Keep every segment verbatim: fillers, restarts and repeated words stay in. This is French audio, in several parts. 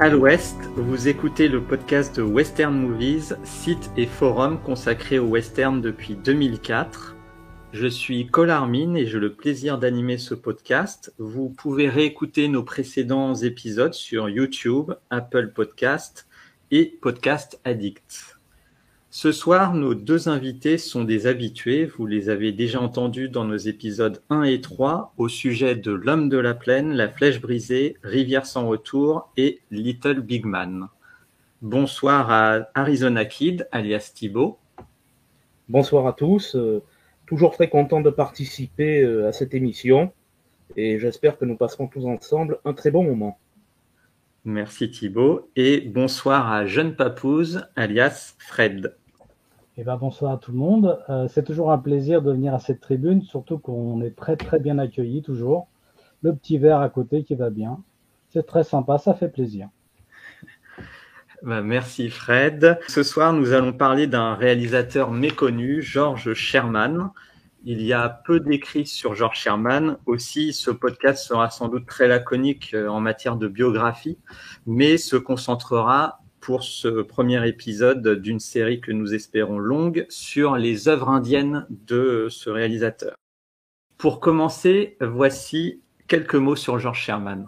À l'Ouest, vous écoutez le podcast de Western Movies, site et forum consacré au western depuis deux mille quatre. Je suis Cole Armin et j'ai le plaisir d'animer ce podcast. Vous pouvez réécouter nos précédents épisodes sur YouTube, Apple Podcast et Podcast Addict. Ce soir, nos deux invités sont des habitués. Vous les avez déjà entendus dans nos épisodes un et trois au sujet de L'Homme de la Plaine, La Flèche brisée, Rivière sans retour et Little Big Man. Bonsoir à Arizona Kid, alias Thibaut. Bonsoir à tous. Euh, toujours très content de participer euh, à cette émission et j'espère que nous passerons tous ensemble un très bon moment. Merci Thibaut. Et bonsoir à Jeune Papouze, alias Fred. Eh ben, bonsoir à tout le monde. Euh, c'est toujours un plaisir de venir à cette tribune, surtout qu'on est très très bien accueillis toujours. Le petit verre à côté qui va bien. C'est très sympa, ça fait plaisir. Bah, merci Fred. Ce soir, nous allons parler d'un réalisateur méconnu, George Sherman. Il y a peu d'écrits sur George Sherman. Aussi, ce podcast sera sans doute très laconique en matière de biographie, mais se concentrera pour ce premier épisode d'une série que nous espérons longue sur les œuvres indiennes de ce réalisateur. Pour commencer, voici quelques mots sur George Sherman.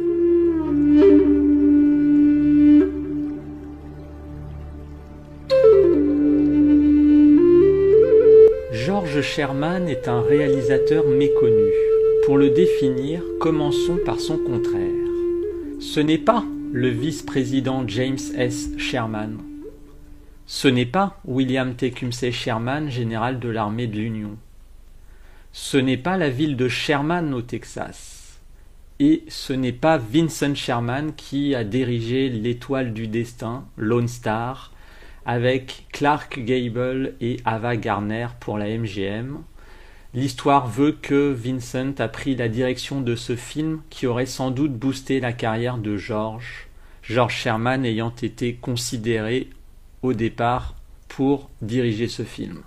George Sherman est un réalisateur méconnu. Pour le définir, commençons par son contraire. Ce n'est pas le vice-président James S. Sherman. Ce n'est pas William Tecumseh Sherman, général de l'armée de l'Union. Ce n'est pas la ville de Sherman au Texas. Et ce n'est pas Vincent Sherman qui a dirigé l'Étoile du Destin, Lone Star, avec Clark Gable et Ava Gardner pour la M G M. L'histoire veut que Vincent a pris la direction de ce film qui aurait sans doute boosté la carrière de George, George Sherman ayant été considéré au départ pour diriger ce film.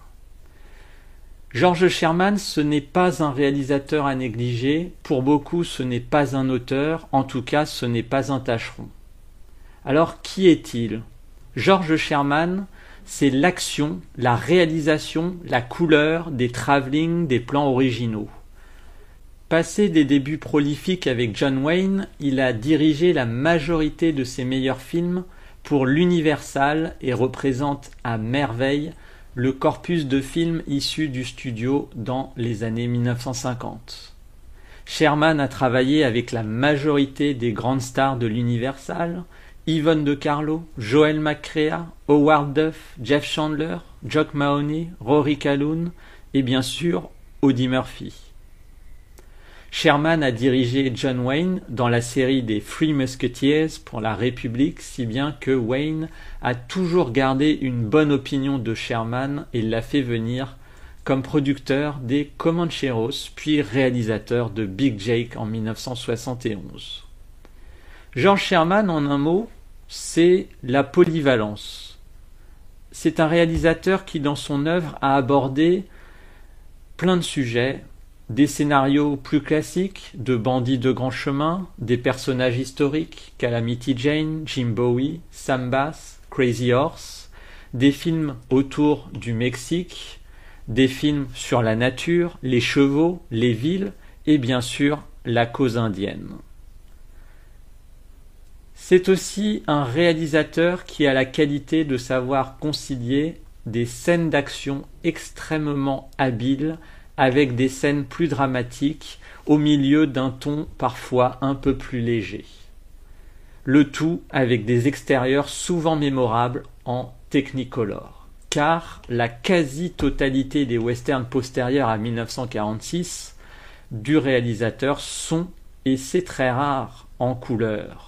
George Sherman, ce n'est pas un réalisateur à négliger, pour beaucoup ce n'est pas un auteur, en tout cas ce n'est pas un tâcheron. Alors qui est-il ? George Sherman, c'est l'action, la réalisation, la couleur, des travelling, des plans originaux. Passé des débuts prolifiques avec John Wayne, il a dirigé la majorité de ses meilleurs films pour l'Universal et représente à merveille le corpus de films issus du studio dans les années mille neuf cent cinquante. Sherman a travaillé avec la majorité des grandes stars de l'Universal, Yvonne De Carlo, Joel McCrea, Howard Duff, Jeff Chandler, Jock Mahoney, Rory Calhoun et bien sûr Audie Murphy. Sherman a dirigé John Wayne dans la série des Three Musketeers pour la République, si bien que Wayne a toujours gardé une bonne opinion de Sherman et l'a fait venir comme producteur des Comancheros, puis réalisateur de Big Jake en mille neuf cent soixante et onze. George Sherman, en un mot, c'est la polyvalence. C'est un réalisateur qui, dans son œuvre, a abordé plein de sujets, des scénarios plus classiques, de bandits de grand chemin, des personnages historiques, Calamity Jane, Jim Bowie, Sam Bass, Crazy Horse, des films autour du Mexique, des films sur la nature, les chevaux, les villes et bien sûr la cause indienne. C'est aussi un réalisateur qui a la qualité de savoir concilier des scènes d'action extrêmement habiles avec des scènes plus dramatiques au milieu d'un ton parfois un peu plus léger. Le tout avec des extérieurs souvent mémorables en Technicolor. Car la quasi-totalité des westerns postérieurs à mille neuf cent quarante-six du réalisateur sont, et c'est très rare, en couleur.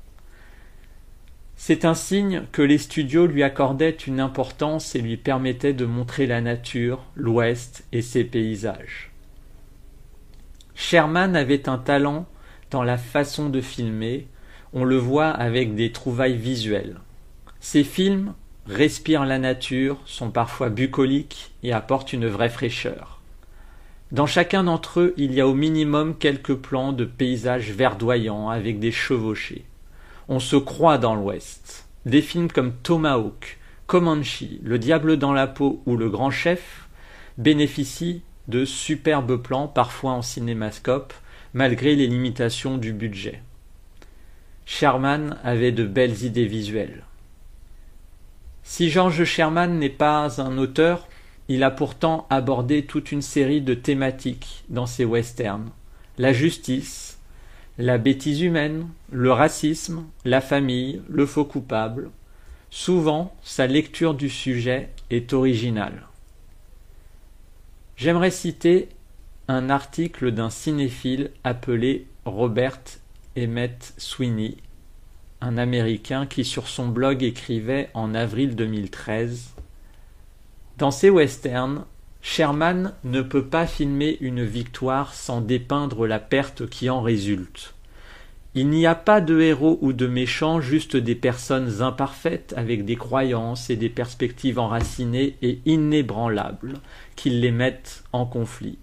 C'est un signe que les studios lui accordaient une importance et lui permettaient de montrer la nature, l'Ouest et ses paysages. Sherman avait un talent dans la façon de filmer, on le voit avec des trouvailles visuelles. Ses films respirent la nature, sont parfois bucoliques et apportent une vraie fraîcheur. Dans chacun d'entre eux, il y a au minimum quelques plans de paysages verdoyants avec des chevauchées. On se croit dans l'Ouest. Des films comme Tomahawk, Comanche, Le Diable dans la peau ou Le Grand Chef bénéficient de superbes plans, parfois en cinémascope, malgré les limitations du budget. Sherman avait de belles idées visuelles. Si George Sherman n'est pas un auteur, il a pourtant abordé toute une série de thématiques dans ses westerns. La justice, la bêtise humaine, le racisme, la famille, le faux coupable. Souvent, sa lecture du sujet est originale. J'aimerais citer un article d'un cinéphile appelé Robert Emmett Sweeney, un Américain qui sur son blog écrivait en avril deux mille treize « Dans ses westerns, Sherman ne peut pas filmer une victoire sans dépeindre la perte qui en résulte. Il n'y a pas de héros ou de méchants, juste des personnes imparfaites avec des croyances et des perspectives enracinées et inébranlables qui les mettent en conflit.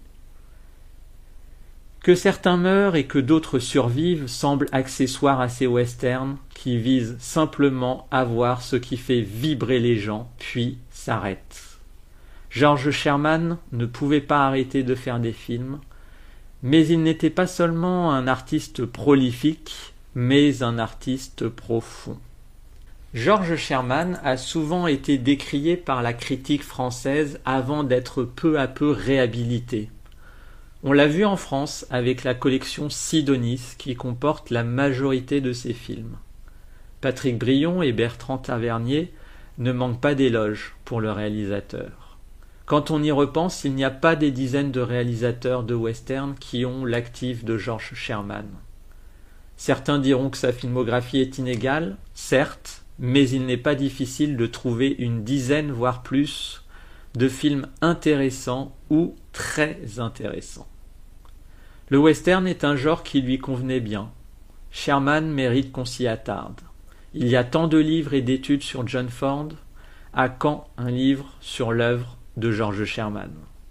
Que certains meurent et que d'autres survivent semble accessoire à ces westerns qui visent simplement à voir ce qui fait vibrer les gens, puis s'arrêtent. George Sherman ne pouvait pas arrêter de faire des films, mais il n'était pas seulement un artiste prolifique, mais un artiste profond. George Sherman a souvent été décrié par la critique française avant d'être peu à peu réhabilité. On l'a vu en France avec la collection Sidonis qui comporte la majorité de ses films. Patrick Brion et Bertrand Tavernier ne manquent pas d'éloges pour le réalisateur. Quand on y repense, il n'y a pas des dizaines de réalisateurs de western qui ont l'actif de George Sherman. Certains diront que sa filmographie est inégale, certes, mais il n'est pas difficile de trouver une dizaine, voire plus, de films intéressants ou très intéressants. Le western est un genre qui lui convenait bien. Sherman mérite qu'on s'y attarde. Il y a tant de livres et d'études sur John Ford, à quand un livre sur l'œuvre de George Sherman?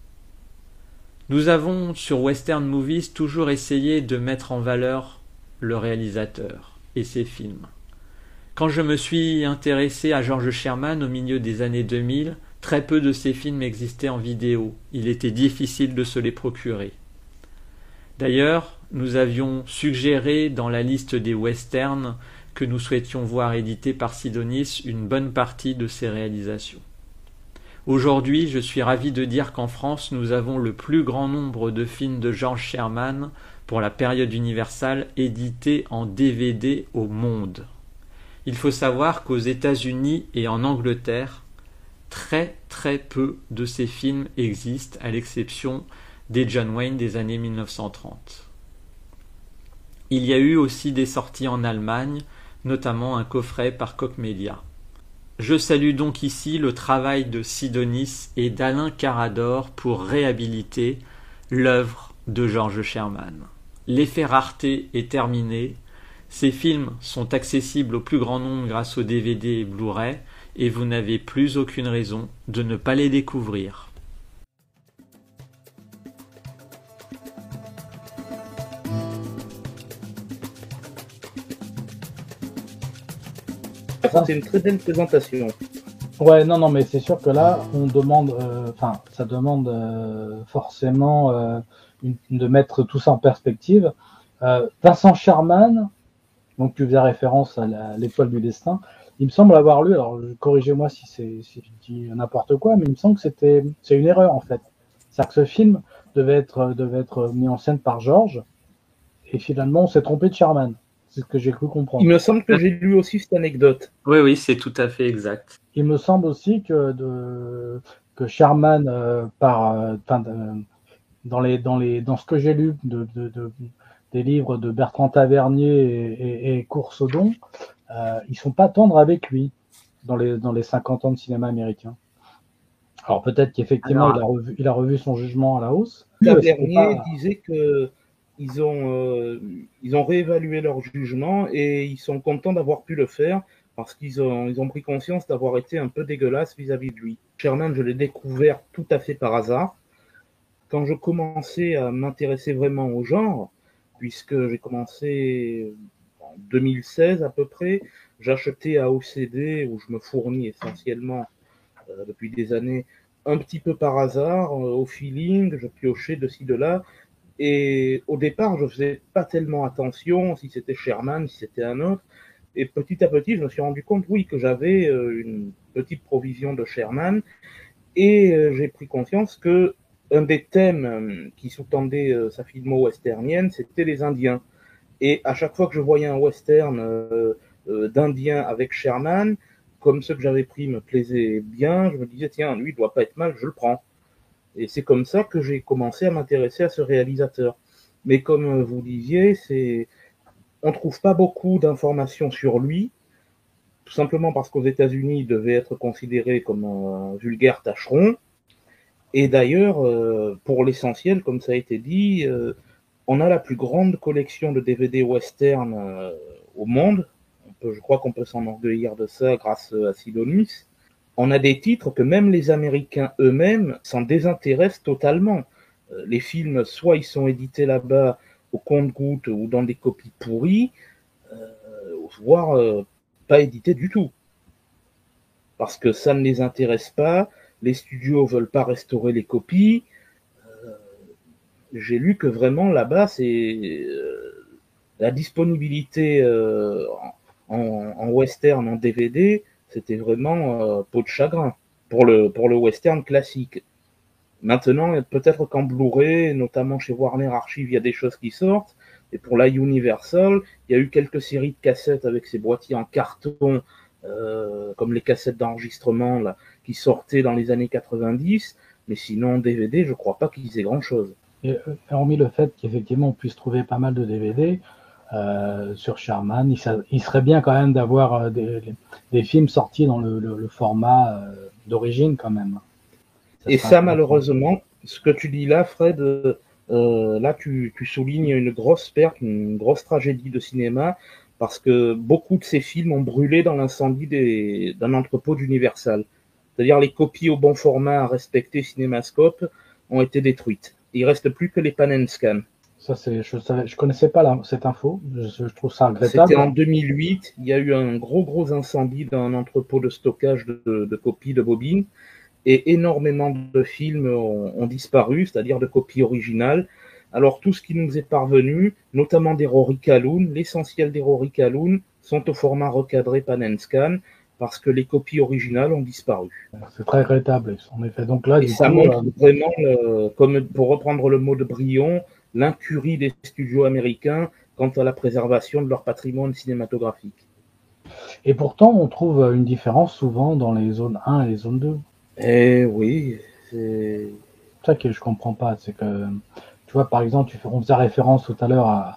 Nous avons, sur Western Movies, toujours essayé de mettre en valeur le réalisateur et ses films. Quand je me suis intéressé à George Sherman au milieu des années deux mille, très peu de ses films existaient en vidéo. Il était difficile de se les procurer. D'ailleurs, nous avions suggéré dans la liste des westerns que nous souhaitions voir édité par Sidonis une bonne partie de ses réalisations. Aujourd'hui, je suis ravi de dire qu'en France, nous avons le plus grand nombre de films de George Sherman pour la période Universal édités en D V D au monde. Il faut savoir qu'aux États-Unis et en Angleterre, très très peu de ces films existent, à l'exception des John Wayne des années mille neuf cent trente. Il y a eu aussi des sorties en Allemagne, notamment un coffret par Koch Media. Je salue donc ici le travail de Sidonis et d'Alain Carador pour réhabiliter l'œuvre de George Sherman. L'effet rareté est terminé. Ces films sont accessibles au plus grand nombre grâce aux D V D et Blu-ray et vous n'avez plus aucune raison de ne pas les découvrir. C'est une très belle présentation. Ouais, non, non, mais c'est sûr que là, on demande, enfin, euh, ça demande euh, forcément euh, une, de mettre tout ça en perspective. Euh, Vincent Sherman, donc tu faisais référence à l'étoile du destin, il me semble avoir lu, alors corrigez-moi si, c'est, si je dis n'importe quoi, mais il me semble que c'était, c'est une erreur en fait. C'est-à-dire que ce film devait être, devait être mis en scène par George, et finalement on s'est trompé de Sherman. C'est ce que j'ai cru comprendre. Il me semble que j'ai lu aussi cette anecdote. Oui, oui, c'est tout à fait exact. Il me semble aussi que, de, que Sherman, euh, par, euh, de, dans, les, dans, les, dans ce que j'ai lu de, de, de, des livres de Bertrand Tavernier et, et, et Coursaudon, euh, ils sont pas tendres avec lui dans les, dans les cinquante ans de cinéma américain. Alors peut-être qu'effectivement, Alors, il, a revu, il a revu son jugement à la hausse. Tavernier pas... disait que Ils ont, euh, ils ont réévalué leur jugement et ils sont contents d'avoir pu le faire parce qu'ils ont, ils ont pris conscience d'avoir été un peu dégueulasse vis-à-vis de lui. Sherman, je l'ai découvert tout à fait par hasard. Quand je commençais à m'intéresser vraiment au genre, puisque j'ai commencé deux mille seize à peu près, j'achetais à O C D, où je me fournis essentiellement euh, depuis des années, un petit peu par hasard, euh, au feeling, je piochais de ci, de là. Et au départ, je faisais pas tellement attention si c'était Sherman, si c'était un autre. Et petit à petit, je me suis rendu compte, oui, que j'avais euh, une petite provision de Sherman. Et euh, j'ai pris conscience que un des thèmes euh, qui sous-tendait euh, sa filmo-westernienne, c'était les Indiens. Et à chaque fois que je voyais un western euh, euh, d'Indiens avec Sherman, comme ceux que j'avais pris me plaisaient bien, je me disais, tiens, lui, il doit pas être mal, je le prends. Et c'est comme ça que j'ai commencé à m'intéresser à ce réalisateur. Mais comme vous disiez, c'est, on trouve pas beaucoup d'informations sur lui, tout simplement parce qu'aux États-Unis, il devait être considéré comme un vulgaire tâcheron. Et d'ailleurs, euh, pour l'essentiel, comme ça a été dit, euh, on a la plus grande collection de D V D western euh, au monde. On peut, je crois qu'on peut s'enorgueillir de ça grâce à Sidonis. On a des titres que même les Américains eux-mêmes s'en désintéressent totalement. Euh, les films, soit ils sont édités là-bas au compte-gouttes ou dans des copies pourries, euh, voire euh, pas édités du tout. Parce que ça ne les intéresse pas, les studios veulent pas restaurer les copies. Euh, j'ai lu que vraiment là-bas, c'est euh, la disponibilité euh, en, en western, en D V D, c'était vraiment euh, peau de chagrin pour le, pour le western classique. Maintenant, peut-être qu'en Blu-ray, notamment chez Warner Archive, il y a des choses qui sortent. Et pour la Universal, il y a eu quelques séries de cassettes avec ces boîtiers en carton, euh, comme les cassettes d'enregistrement là, qui sortaient dans les années quatre-vingt-dix. Mais sinon, D V D, je crois pas qu'ils aient grand-chose. Et euh, hormis le fait qu'effectivement on puisse trouver pas mal de D V D euh, sur Sherman, il, il serait bien quand même d'avoir euh, des, des films sortis dans le, le, le format euh, d'origine quand même. Ça Et ça, malheureusement, ce que tu dis là, Fred, euh, là tu, tu soulignes une grosse perte, une grosse tragédie de cinéma, parce que beaucoup de ces films ont brûlé dans l'incendie des, d'un entrepôt d'Universal. C'est-à-dire les copies au bon format à respecter Cinémascope ont été détruites. Il reste plus que les pan and scan. Ça, c'est, je savais, je connaissais pas là, cette info. Je, je trouve ça regrettable. C'était en deux mille huit. Il y a eu un gros, gros incendie dans un entrepôt de stockage de, de, de copies de bobines. Et énormément de films ont, ont disparu, c'est-à-dire de copies originales. Alors, tout ce qui nous est parvenu, notamment des Rory Calhoun, l'essentiel des Rory Calhoun sont au format recadré pan and scan, parce que les copies originales ont disparu. C'est très regrettable, en effet. Donc là, et ça coup, montre euh... vraiment, le, comme pour reprendre le mot de Brion, l'incurie des studios américains quant à la préservation de leur patrimoine cinématographique. Et pourtant, on trouve une différence souvent dans les zones un et les zones deux. Eh oui, c'est ça que je comprends pas. C'est que, tu vois, par exemple, tu fais, on faisait référence tout à l'heure à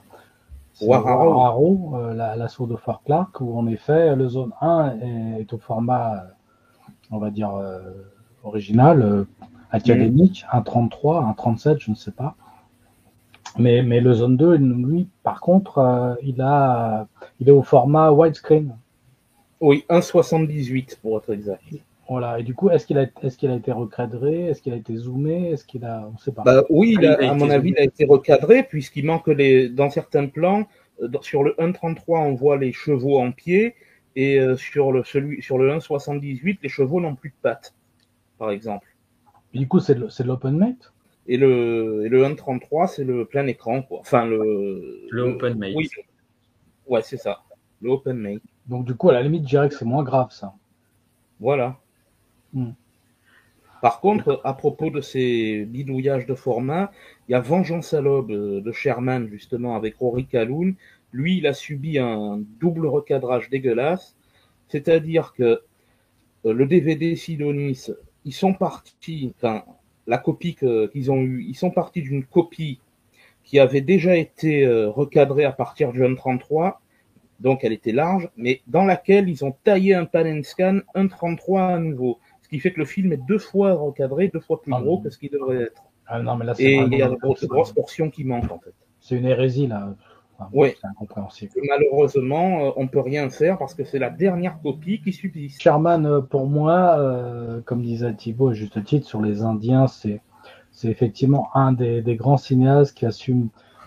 Wararo, euh, l'assaut de Fort Clark, où en effet, le zone un est, est au format, on va dire, euh, original, euh, académique, mmh. un trente-trois, un trente-sept, je ne sais pas. Mais, mais le zone deux, lui, par contre, euh, il, a, il est au format widescreen. Oui, un soixante-dix-huit pour être exact. Voilà, et du coup, est-ce qu'il a, est-ce qu'il a été recadré? Est-ce qu'il a été zoomé? Est-ce qu'il a, on sait pas. Bah, oui, il a, à mon avis, il a été recadré, puisqu'il manque les, dans certains plans, dans, sur le un trente-trois, on voit les chevaux en pied, et euh, sur le, celui, sur le un soixante-dix-huit, les chevaux n'ont plus de pattes, par exemple. Et du coup, c'est de, c'est de l'OpenMate? Et le, et le un trente-trois, c'est le plein écran, quoi. Enfin, le. Le, le OpenMate. Oui. Ouais, c'est ça. Le OpenMate. Donc, du coup, à la limite, je dirais que c'est moins grave, ça. Voilà. Hmm. Par contre, à propos de ces bidouillages de format, il y a Vengeance à l'aube de Sherman, justement, avec Rory Calhoun. Lui, il a subi un double recadrage dégueulasse. C'est-à-dire que le D V D Sidonis, ils sont partis, enfin, la copie que, qu'ils ont eue, ils sont partis d'une copie qui avait déjà été recadrée à partir du un trente-trois, donc elle était large, mais dans laquelle ils ont taillé un pan and scan un trente-trois à nouveau. Ce qui fait que le film est deux fois recadré, deux fois plus ah, gros non. que ce qu'il devrait être. Ah, non, mais là, et il y a de grosses, grosses portions qui manquent, en fait. C'est une hérésie, là. Enfin, oui. C'est incompréhensible. Et malheureusement, on ne peut rien faire parce que c'est la dernière copie qui subsiste. Sherman, pour moi, euh, comme disait Thibaut, à juste titre, sur les Indiens, c'est, c'est effectivement un des, des grands cinéastes qui assume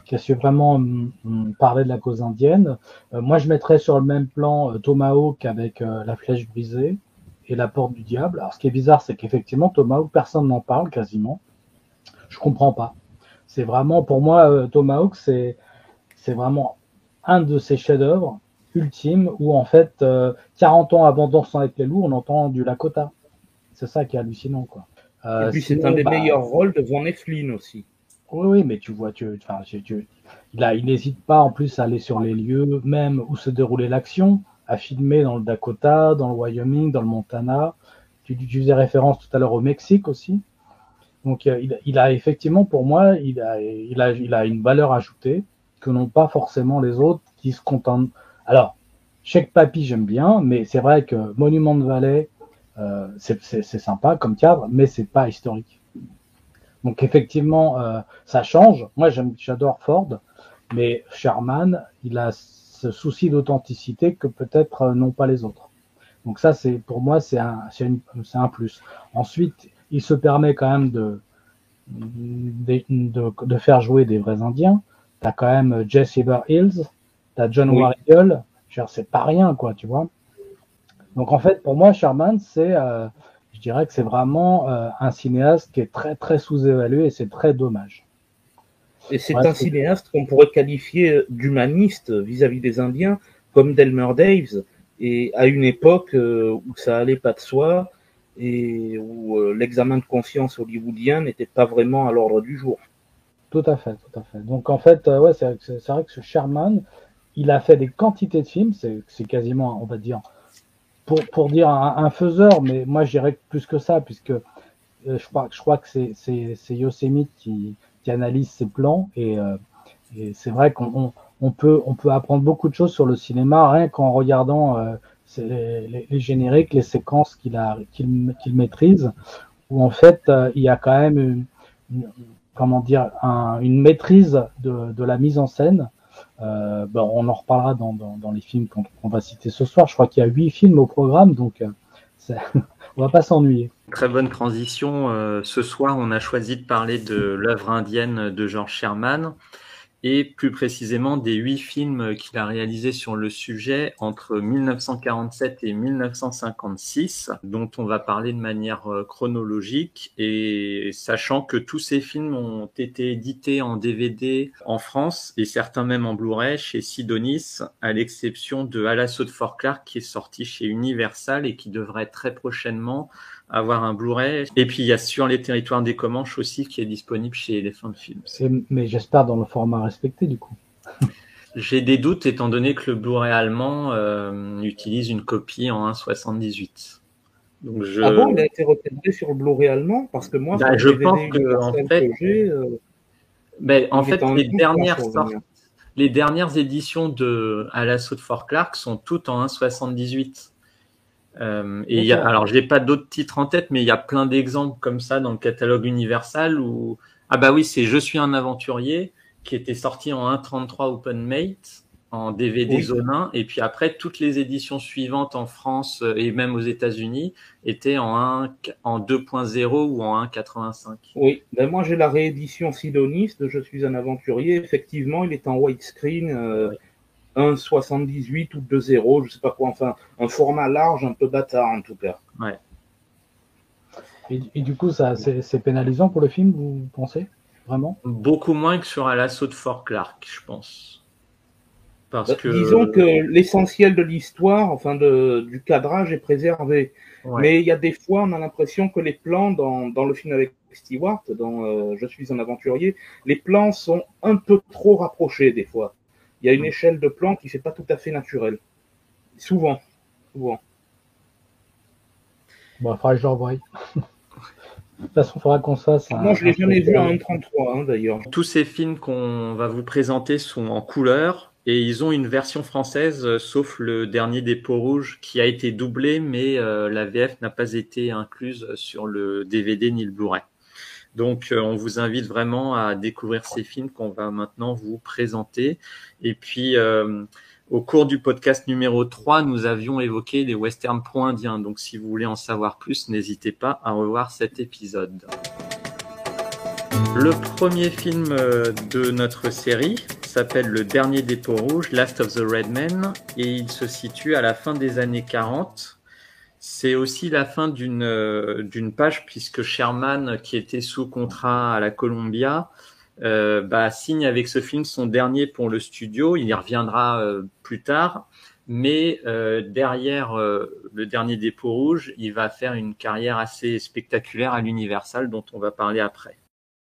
qui a su vraiment hum, hum, parler de la cause indienne. Euh, moi, je mettrais sur le même plan euh, Tomahawk avec euh, La Flèche brisée et La Porte du Diable. Alors, ce qui est bizarre, c'est qu'effectivement, Tomahawk, personne n'en parle quasiment. Je comprends pas. C'est vraiment, pour moi, euh, Tomahawk, c'est c'est vraiment un de ces chefs-d'œuvre ultimes où, en fait, euh, quarante ans avant Dansant avec les loups, on entend du Lakota. C'est ça qui est hallucinant, quoi. Euh, Et puis sinon, c'est un des bah, meilleurs rôles de Van Heflin aussi. Oui, oui, mais tu vois, tu, enfin, tu, tu, il a, il n'hésite pas en plus à aller sur les lieux même où se déroulait l'action, à filmer dans le Dakota, dans le Wyoming, dans le Montana. Tu, tu faisais référence tout à l'heure au Mexique aussi. Donc, euh, il, il a effectivement, pour moi, il a, il a, il a une valeur ajoutée que n'ont pas forcément les autres qui se contentent. Alors, Cheikh Papi, j'aime bien, mais c'est vrai que Monument de Valley, euh, c'est, c'est, c'est sympa comme cadre, mais c'est pas historique. Donc effectivement, euh, ça change. Moi, j'aime, j'adore Ford, mais Sherman, il a ce souci d'authenticité que peut-être euh, n'ont pas les autres. Donc ça, c'est pour moi, c'est un, c'est, une, c'est un plus. Ensuite, il se permet quand même de de, de, de faire jouer des vrais Indiens. T'as quand même Jesse Ever Hills, t'as John Oui. Warrigal. C'est pas rien, quoi, tu vois. Donc en fait, pour moi, Sherman, c'est euh, je dirais que c'est vraiment euh, un cinéaste qui est très très sous-évalué et c'est très dommage. Et c'est Ouais, un c'est... cinéaste qu'on pourrait qualifier d'humaniste vis-à-vis des Indiens, comme Delmer Daves, et à une époque euh, où ça allait pas de soi et où euh, l'examen de conscience hollywoodien n'était pas vraiment à l'ordre du jour. Tout à fait, tout à fait. Donc en fait, euh, ouais, c'est, c'est, c'est vrai que ce Sherman, il a fait des quantités de films, c'est, c'est quasiment, on va dire, pour, pour dire un, un faiseur, mais moi je dirais plus que ça, puisque euh, je crois, je crois que c'est, c'est, c'est Yosemite qui, qui analyse ses plans, et, euh, et c'est vrai qu'on on, on peut, on peut apprendre beaucoup de choses sur le cinéma rien qu'en regardant euh, les, les, les génériques, les séquences qu'il, a, qu'il, qu'il maîtrise, où en fait euh, il y a quand même une, une comment dire, un, une maîtrise de, de la mise en scène. Euh, bon, on en reparlera dans, dans, dans les films qu'on, qu'on va citer ce soir. Je crois qu'il y a huit films au programme, donc euh, c'est, on va pas s'ennuyer. Très bonne transition. Euh, ce soir, on a choisi de parler de l'œuvre indienne de George Sherman et plus précisément des huit films qu'il a réalisés sur le sujet entre mille neuf cent quarante-sept et mille neuf cent cinquante-six, dont on va parler de manière chronologique, et sachant que tous ces films ont été édités en D V D en France et certains même en Blu-ray chez Sidonis, à l'exception de À l'assaut de Fort Clark qui est sorti chez Universal et qui devrait très prochainement avoir un Blu-ray. Et puis il y a Sur les territoires des Comanches aussi qui est disponible chez Elephant Films. C'est, mais j'espère dans le format respecté du coup. J'ai des doutes étant donné que le Blu-ray allemand euh, utilise une copie en un virgule soixante-dix-huit. Donc je... Ah bon, il a été retenu sur le Blu-ray allemand parce que moi, bah, sur je le pense D V D que en fait, que j'ai, euh, mais en fait en les dernières sur sorties, les dernières éditions de À l'assaut de Fort Clark sont toutes en un virgule soixante-dix-huit. Euh, et il y a, alors, j'ai pas d'autres titres en tête, mais il y a plein d'exemples comme ça dans le catalogue Universal où, ah bah oui, c'est Je suis un aventurier qui était sorti en un virgule trente-trois OpenMate en D V D Oui. zone un, et puis après toutes les éditions suivantes en France et même aux États-Unis étaient en un, en deux point zéro ou en un virgule quatre-vingt-cinq. Oui, ben moi j'ai la réédition Sidonis de Je suis un aventurier. Effectivement, il est en widescreen. Euh, Oui. un virgule soixante-dix-huit ou deux zéro, je sais pas quoi, enfin, un format large, un peu bâtard en tout cas. Ouais. Et, et du coup, ça, c'est, c'est pénalisant pour le film, vous pensez vraiment? Beaucoup moins que sur À l'assaut de Fort Clark, je pense. Parce Ben, que... Disons que l'essentiel de l'histoire, enfin de, du cadrage est préservé. Ouais. Mais il y a des fois, on a l'impression que les plans dans, dans le film avec Stewart, dans euh, Je suis un aventurier, les plans sont un peu trop rapprochés des fois. Il y a une échelle de plan qui fait pas tout à fait naturelle. Souvent. Souvent. Bon, il faudra que je le revoie. De toute façon, il faudra qu'on se fasse un. Moi, je l'ai un jamais vu spécial. en un virgule trente-trois, hein, d'ailleurs. Tous ces films qu'on va vous présenter sont en couleur et ils ont une version française, euh, sauf le dernier des Peaux Rouges qui a été doublé, mais euh, la V F n'a pas été incluse sur le D V D ni le Blu-ray. Donc, euh, on vous invite vraiment à découvrir ces films qu'on va maintenant vous présenter. Et puis, euh, au cours du podcast numéro trois, nous avions évoqué les westerns pro-indiens. Donc, si vous voulez en savoir plus, n'hésitez pas à revoir cet épisode. Le premier film de notre série s'appelle Le Dernier des Peaux Rouges, Last of the Red Men, et il se situe à la fin des années quarante. C'est aussi la fin d'une euh, d'une page, puisque Sherman, qui était sous contrat à la Columbia, euh, bah, signe avec ce film son dernier pour le studio. Il y reviendra euh, plus tard, mais euh, derrière euh, Le Dernier des Peaux Rouges, il va faire une carrière assez spectaculaire à l'Universal, dont on va parler après.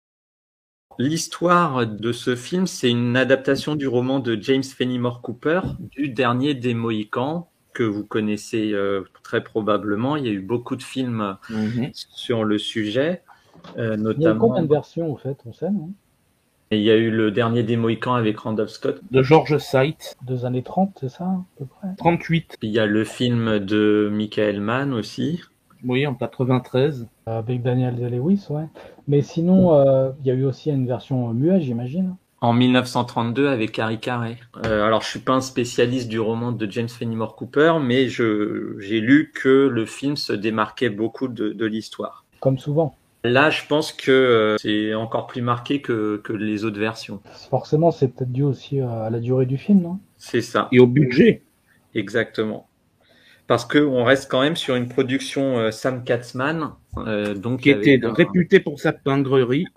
L'histoire de ce film, c'est une adaptation du roman de James Fenimore Cooper, Du Dernier des Mohicans, que vous connaissez euh, très probablement. Il y a eu beaucoup de films mm-hmm. sur le sujet, euh, notamment... Il y a eu combien de versions, au fait, on sait, non ? Et il y a eu Le Dernier des Mohicans avec Randolph Scott. De George Seitz. Deux années trente, c'est ça, à peu près ? trente-huit. Puis il y a le film de Michael Mann aussi. Oui, en quatre-vingt-treize. Avec Daniel Day-Lewis, ouais. Mais sinon, euh, il y a eu aussi une version muette, j'imagine. En mille neuf cent trente-deux avec Harry Carey. Euh, alors, je suis pas un spécialiste du roman de James Fenimore Cooper, mais je j'ai lu que le film se démarquait beaucoup de, de l'histoire. Comme souvent. Là, je pense que euh, c'est encore plus marqué que, que les autres versions. Forcément, c'est peut-être dû aussi à la durée du film, non ? C'est ça. Et au budget. Exactement. Parce qu'on reste quand même sur une production euh, Sam Katzman. Euh, donc qui était un... réputé pour sa pingrerie.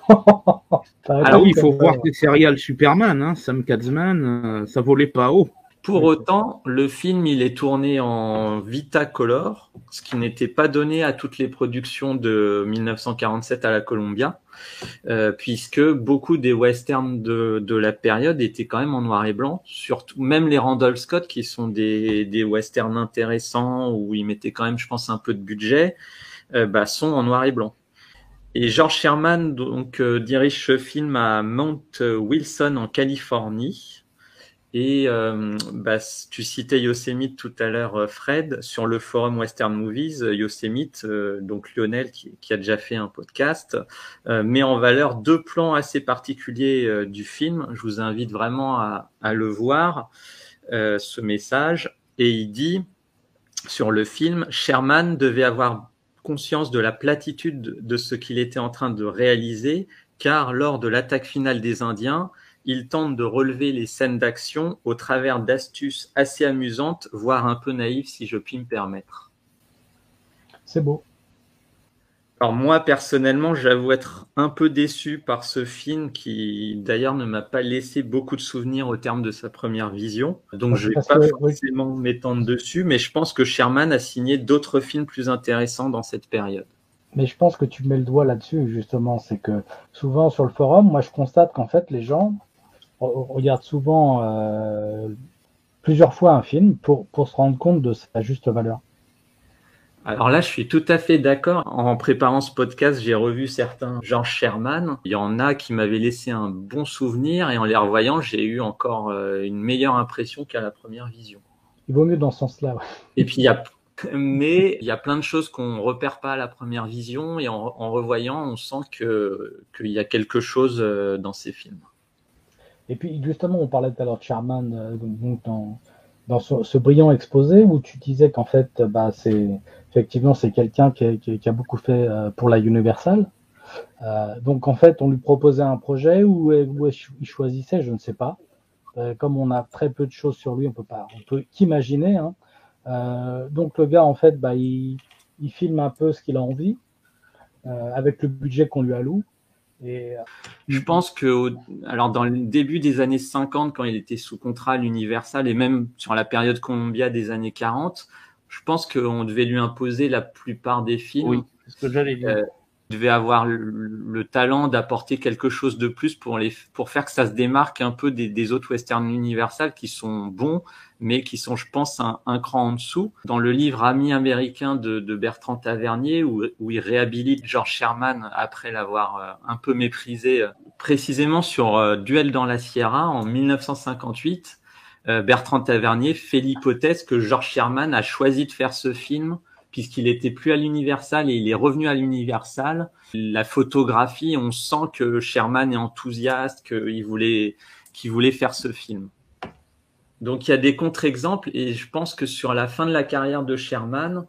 Alors oui, il faut voir des serials Superman, hein, Sam Katzman, euh, ça volait pas haut. Pour autant, le film, il est tourné en Vitacolor, ce qui n'était pas donné à toutes les productions de mille neuf cent quarante-sept à la Columbia, euh, puisque beaucoup des westerns de, de la période étaient quand même en noir et blanc, surtout même les Randolph Scott, qui sont des, des westerns intéressants, où ils mettaient quand même, je pense, un peu de budget, euh, bah, sont en noir et blanc. Et George Sherman donc, euh, dirige ce film à Mount Wilson en Californie. Et euh, bah, tu citais Yosemite tout à l'heure, Fred, sur le forum Western Movies. Yosemite, euh, donc Lionel, qui, qui a déjà fait un podcast, euh, met en valeur deux plans assez particuliers euh, du film. Je vous invite vraiment à, à le voir, euh, ce message. Et il dit, sur le film, Sherman devait avoir conscience de la platitude de ce qu'il était en train de réaliser, car lors de l'attaque finale des Indiens, il tente de relever les scènes d'action au travers d'astuces assez amusantes, voire un peu naïves, si je puis me permettre. C'est beau. Alors moi, personnellement, j'avoue être un peu déçu par ce film qui, d'ailleurs, ne m'a pas laissé beaucoup de souvenirs au terme de sa première vision. Donc, je ne vais pas que, forcément oui. m'étendre dessus, mais je pense que Sherman a signé d'autres films plus intéressants dans cette période. Mais je pense que tu mets le doigt là-dessus, justement. C'est que souvent, sur le forum, moi, je constate qu'en fait, les gens regardent souvent euh, plusieurs fois un film pour, pour se rendre compte de sa juste valeur. Alors là, je suis tout à fait d'accord. En préparant ce podcast, j'ai revu certains George Sherman. Il y en a qui m'avaient laissé un bon souvenir et en les revoyant, j'ai eu encore une meilleure impression qu'à la première vision. Il vaut mieux dans ce sens-là. Ouais. Et puis, il y a, mais il y a plein de choses qu'on repère pas à la première vision et en, en revoyant, on sent que, qu'il y a quelque chose dans ces films. Et puis, justement, on parlait tout à l'heure de Sherman euh, donc dans, dans ce, ce brillant exposé où tu disais qu'en fait, bah, c'est, effectivement, c'est quelqu'un qui, qui, qui a beaucoup fait euh, pour la Universal. Euh, donc, en fait, on lui proposait un projet où, où il choisissait, je ne sais pas. Euh, comme on a très peu de choses sur lui, on peut pas, on peut qu'imaginer. Hein. Euh, donc, le gars, en fait, bah, il, il filme un peu ce qu'il a envie euh, avec le budget qu'on lui alloue. Et, euh, je pense que, au, alors dans le début des années cinquante, quand il était sous contrat à l'Universal et même sur la période Columbia des années quarante, je pense qu'on devait lui imposer la plupart des films. Oui, c'est ce que j'allais dire. Euh, il devait avoir le, le talent d'apporter quelque chose de plus pour les, pour faire que ça se démarque un peu des, des autres westerns Universal qui sont bons, mais qui sont, je pense, un, un cran en dessous. Dans le livre Amis américains de, de Bertrand Tavernier, où, où il réhabilite George Sherman après l'avoir un peu méprisé, précisément sur euh, Duel dans la Sierra en mille neuf cent cinquante-huit, euh, Bertrand Tavernier fait l'hypothèse que George Sherman a choisi de faire ce film puisqu'il était plus à l'Universal et il est revenu à l'Universal. La photographie, on sent que Sherman est enthousiaste, qu'il voulait, qu'il voulait faire ce film. Donc il y a des contre-exemples et je pense que sur la fin de la carrière de Sherman,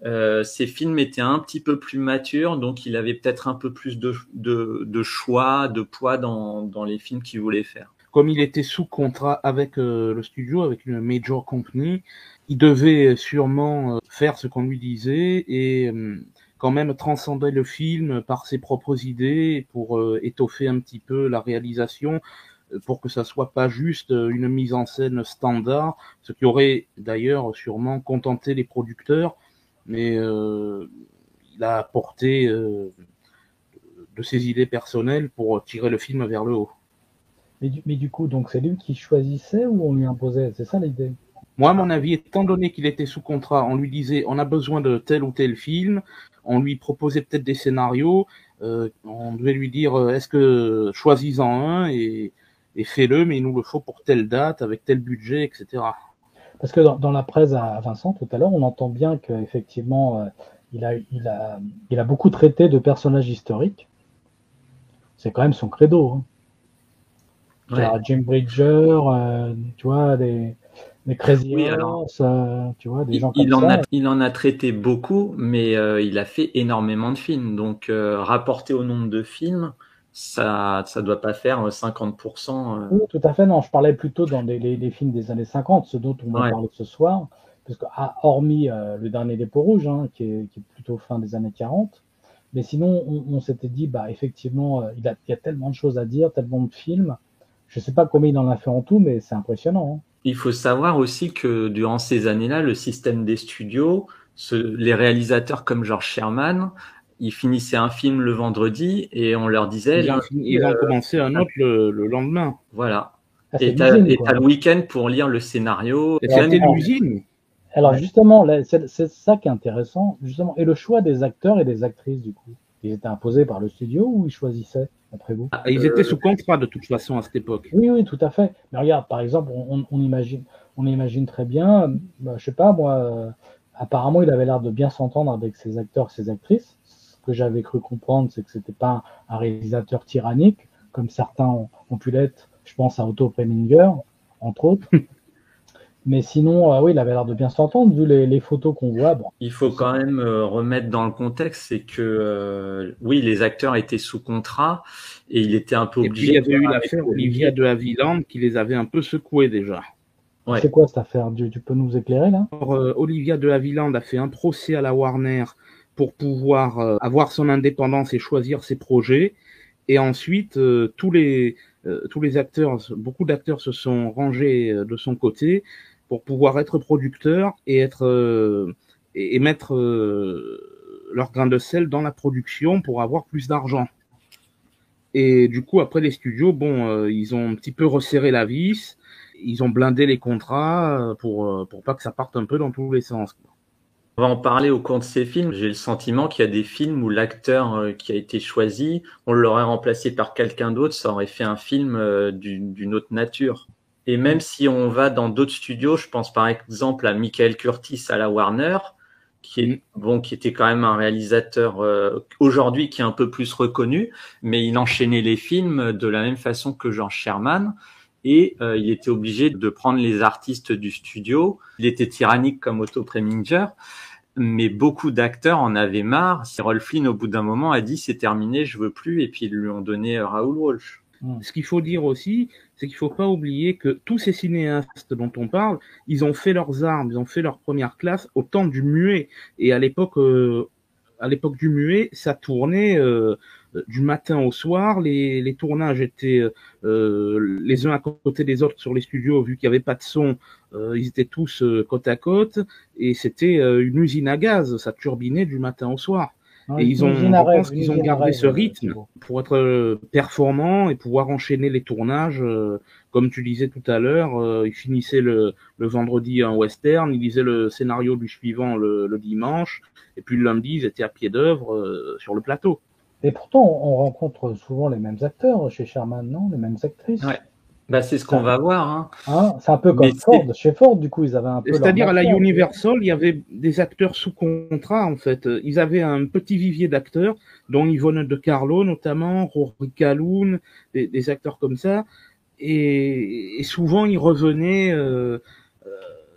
Euh, ses films étaient un petit peu plus matures, donc il avait peut-être un peu plus de, de, de choix, de poids dans, dans les films qu'il voulait faire. Comme il était sous contrat avec euh, le studio, avec une major company, il devait sûrement euh, faire ce qu'on lui disait et euh, quand même transcender le film par ses propres idées pour euh, étoffer un petit peu la réalisation, euh, pour que ça soit pas juste une mise en scène standard, ce qui aurait d'ailleurs sûrement contenté les producteurs, mais euh, il a apporté euh, de ses idées personnelles pour tirer le film vers le haut. Mais du, mais du coup, donc c'est lui qui choisissait ou on lui imposait? C'est ça l'idée? Moi, à mon avis, étant donné qu'il était sous contrat, on lui disait on a besoin de tel ou tel film, on lui proposait peut-être des scénarios, euh, on devait lui dire euh, est-ce que choisis-en un et, et fais-le, mais il nous le faut pour telle date, avec tel budget, et cetera. Parce que dans, dans la presse à Vincent, tout à l'heure, on entend bien qu'effectivement, euh, il, a, il, a, il a beaucoup traité de personnages historiques. C'est quand même son credo. Hein. Ouais. Jim Bridger, euh, tu vois, des, des Crazy Oui, Horse, euh, tu vois, des il, gens comme il en ça. a, il en a traité beaucoup, mais euh, il a fait énormément de films. Donc, euh, rapporté au nombre de films, ça ça doit pas faire cinquante pour cent. Euh... Oui, tout à fait. Non, je parlais plutôt dans les, les, les films des années cinquante, ceux dont on va Ouais. parler ce soir. Parce que, ah, hormis euh, Le Dernier des Peaux Rouges, hein, qui, est, qui est plutôt fin des années quarante. Mais sinon, on, on s'était dit, bah, effectivement, euh, il, a, il y a tellement de choses à dire, tellement de films. Je sais pas combien il en a fait en tout, mais c'est impressionnant. Hein. Il faut savoir aussi que durant ces années-là, le système des studios, ce, les réalisateurs comme George Sherman, ils finissaient un film le vendredi et on leur disait... Ils ont, ils ont euh, commencé un autre le, le lendemain. Voilà. Ah, et t'as le week-end pour lire le scénario. C'était l'usine. Alors ouais. justement, c'est ça qui est intéressant. Justement. Et le choix des acteurs et des actrices, du coup, ils étaient imposés par le studio ou ils choisissaient, d'après vous? Ah, ils étaient sous contrat de toute façon à cette époque. Oui, oui, tout à fait. Mais regarde, par exemple, on, on imagine, on imagine très bien, bah, je sais pas, moi, euh, apparemment, il avait l'air de bien s'entendre avec ses acteurs, ses actrices. Ce que j'avais cru comprendre, c'est que c'était pas un réalisateur tyrannique, comme certains ont, ont pu l'être. Je pense à Otto Preminger, entre autres. Mais sinon, euh, oui, il avait l'air de bien s'entendre, vu les, les photos qu'on voit. Bon, il faut quand même euh, remettre dans le contexte, c'est que, euh, oui, les acteurs étaient sous contrat et il était un peu obligé. Et puis, il y avait eu l'affaire Olivia de Havilland qui les avait un peu secoués déjà. Ouais. C'est quoi cette affaire? tu, tu peux nous éclairer, là? Alors, euh, Olivia de Havilland a fait un procès à la Warner pour pouvoir euh, avoir son indépendance et choisir ses projets. Et ensuite, euh, tous les euh, tous les acteurs, beaucoup d'acteurs se sont rangés euh, de son côté pour pouvoir être producteurs et être euh, et, et mettre euh, leur grain de sel dans la production pour avoir plus d'argent. Et du coup, après les studios, bon, euh, ils ont un petit peu resserré la vis, ils ont blindé les contrats pour pour pas que ça parte un peu dans tous les sens. On va en parler au cours de ces films. J'ai le sentiment qu'il y a des films où l'acteur qui a été choisi, on l'aurait remplacé par quelqu'un d'autre, ça aurait fait un film d'une autre nature. Et même si on va dans d'autres studios, je pense par exemple à Michael Curtis à la Warner, qui est bon, qui était quand même un réalisateur euh, aujourd'hui qui est un peu plus reconnu, mais il enchaînait les films de la même façon que George Sherman. Et euh, il était obligé de prendre les artistes du studio. Il était tyrannique comme Otto Preminger, mais beaucoup d'acteurs en avaient marre. Rolf Flynn, au bout d'un moment, a dit c'est terminé, je veux plus, et puis ils lui ont donné Raoul Walsh. Ce qu'il faut dire aussi, c'est qu'il faut pas oublier que tous ces cinéastes dont on parle, ils ont fait leurs armes, ils ont fait leur première classe au temps du muet. Et à l'époque, euh, à l'époque du muet, ça tournait euh, du matin au soir. Les, les tournages étaient euh, les uns à côté des autres sur les studios, vu qu'il n'y avait pas de son. Euh, ils étaient tous euh, côte à côte, et c'était euh, une usine à gaz. Ça turbinait du matin au soir. Non, et ils ont, je rêve, pense qu'ils ont gardé ce rythme pour être performants et pouvoir enchaîner les tournages. Euh, comme tu disais tout à l'heure, euh, ils finissaient le, le vendredi un western, ils lisaient le scénario du suivant le, le dimanche, et puis le lundi, ils étaient à pied d'œuvre euh, sur le plateau. Et pourtant, on rencontre souvent les mêmes acteurs chez Sherman, non? Les mêmes actrices. Ouais. Bah, c'est ce qu'on va voir. Hein. Hein, c'est un peu comme Ford. Chez Ford, du coup, ils avaient un peu. C'est-à-dire à la Universal, il y avait des acteurs sous contrat, en fait. Ils avaient un petit vivier d'acteurs, dont Yvonne De Carlo, notamment, Rory Calhoun, des, des acteurs comme ça. Et, et souvent, ils revenaient euh, euh,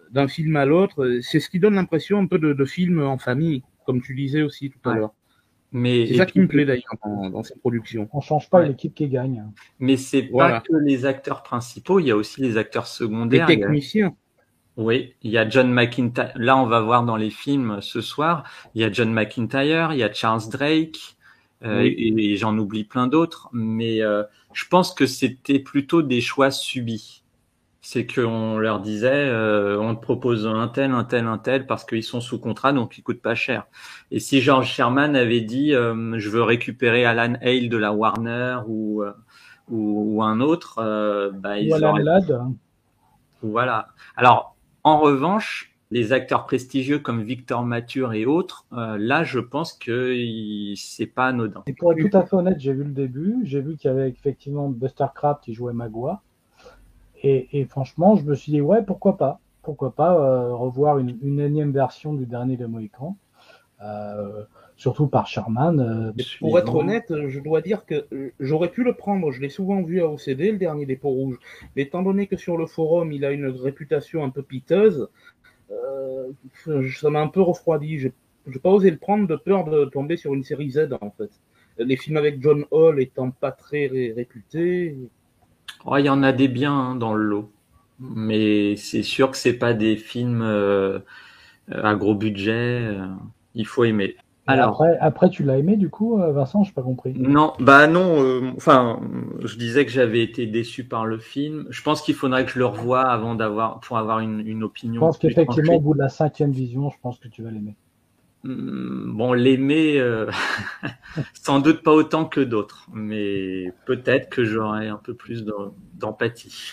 d'un film à l'autre. C'est ce qui donne l'impression un peu de, de film en famille, comme tu disais aussi tout à Ouais. l'heure. Mais C'est et ça puis, qui me plaît d'ailleurs dans, dans ces productions. On change pas ouais. une équipe qui gagne. Mais c'est pas Voilà. que les acteurs principaux, il y a aussi les acteurs Les secondaires. Il y a- techniciens. Oui, il y a John McIntyre. Là, on va voir dans les films ce soir. Il y a John McIntyre, il y a Charles Drake, euh, Oui. et, et j'en oublie plein d'autres. Mais euh, je pense que c'était plutôt des choix subis. C'est qu'on leur disait, euh, on te propose un tel, un tel, un tel, parce qu'ils sont sous contrat, donc ils coûtent pas cher. Et si George Sherman avait dit, euh, je veux récupérer Alan Hale de la Warner ou euh, ou, ou un autre, euh, bah, Ou ils Alan auraient. Ladd. Voilà. Alors, en revanche, les acteurs prestigieux comme Victor Mature et autres, euh, là, je pense que il- c'est pas anodin. Et pour être tout à fait honnête, j'ai vu le début. J'ai vu qu'il y avait effectivement Buster Crabbe qui jouait Magua. Et, et franchement, je me suis dit, ouais, pourquoi pas Pourquoi pas euh, revoir une, une énième version du dernier des Mohicans, euh, surtout par Sherman. euh, Pour être suivant. honnête, je dois dire que euh, j'aurais pu le prendre. Je l'ai souvent vu à O C D, le dernier des Peaux Rouges. Mais étant donné que sur le forum, il a une réputation un peu piteuse, euh, ça m'a un peu refroidi. J'ai j'ai pas osé le prendre de peur de tomber sur une série Z, en fait. Les films avec John Hall étant pas très ré- réputés. Oh, il y en a des biens hein, dans le lot, mais c'est sûr que c'est pas des films euh, à gros budget. euh, il faut aimer. Mais Alors, après, après, tu l'as aimé du coup, euh, Vincent? Je n'ai pas compris. non, bah non. euh, Enfin, je disais que j'avais été déçu par le film. Je pense qu'il faudrait que je le revoie avant d'avoir, pour avoir une, une Je opinion pense plus qu'effectivement, au tranchée. bout de la cinquième vision, je pense que tu vas l'aimer. Hum, Bon, l'aimer, euh, sans doute pas autant que d'autres, mais peut-être que j'aurai un peu plus d'em- d'empathie.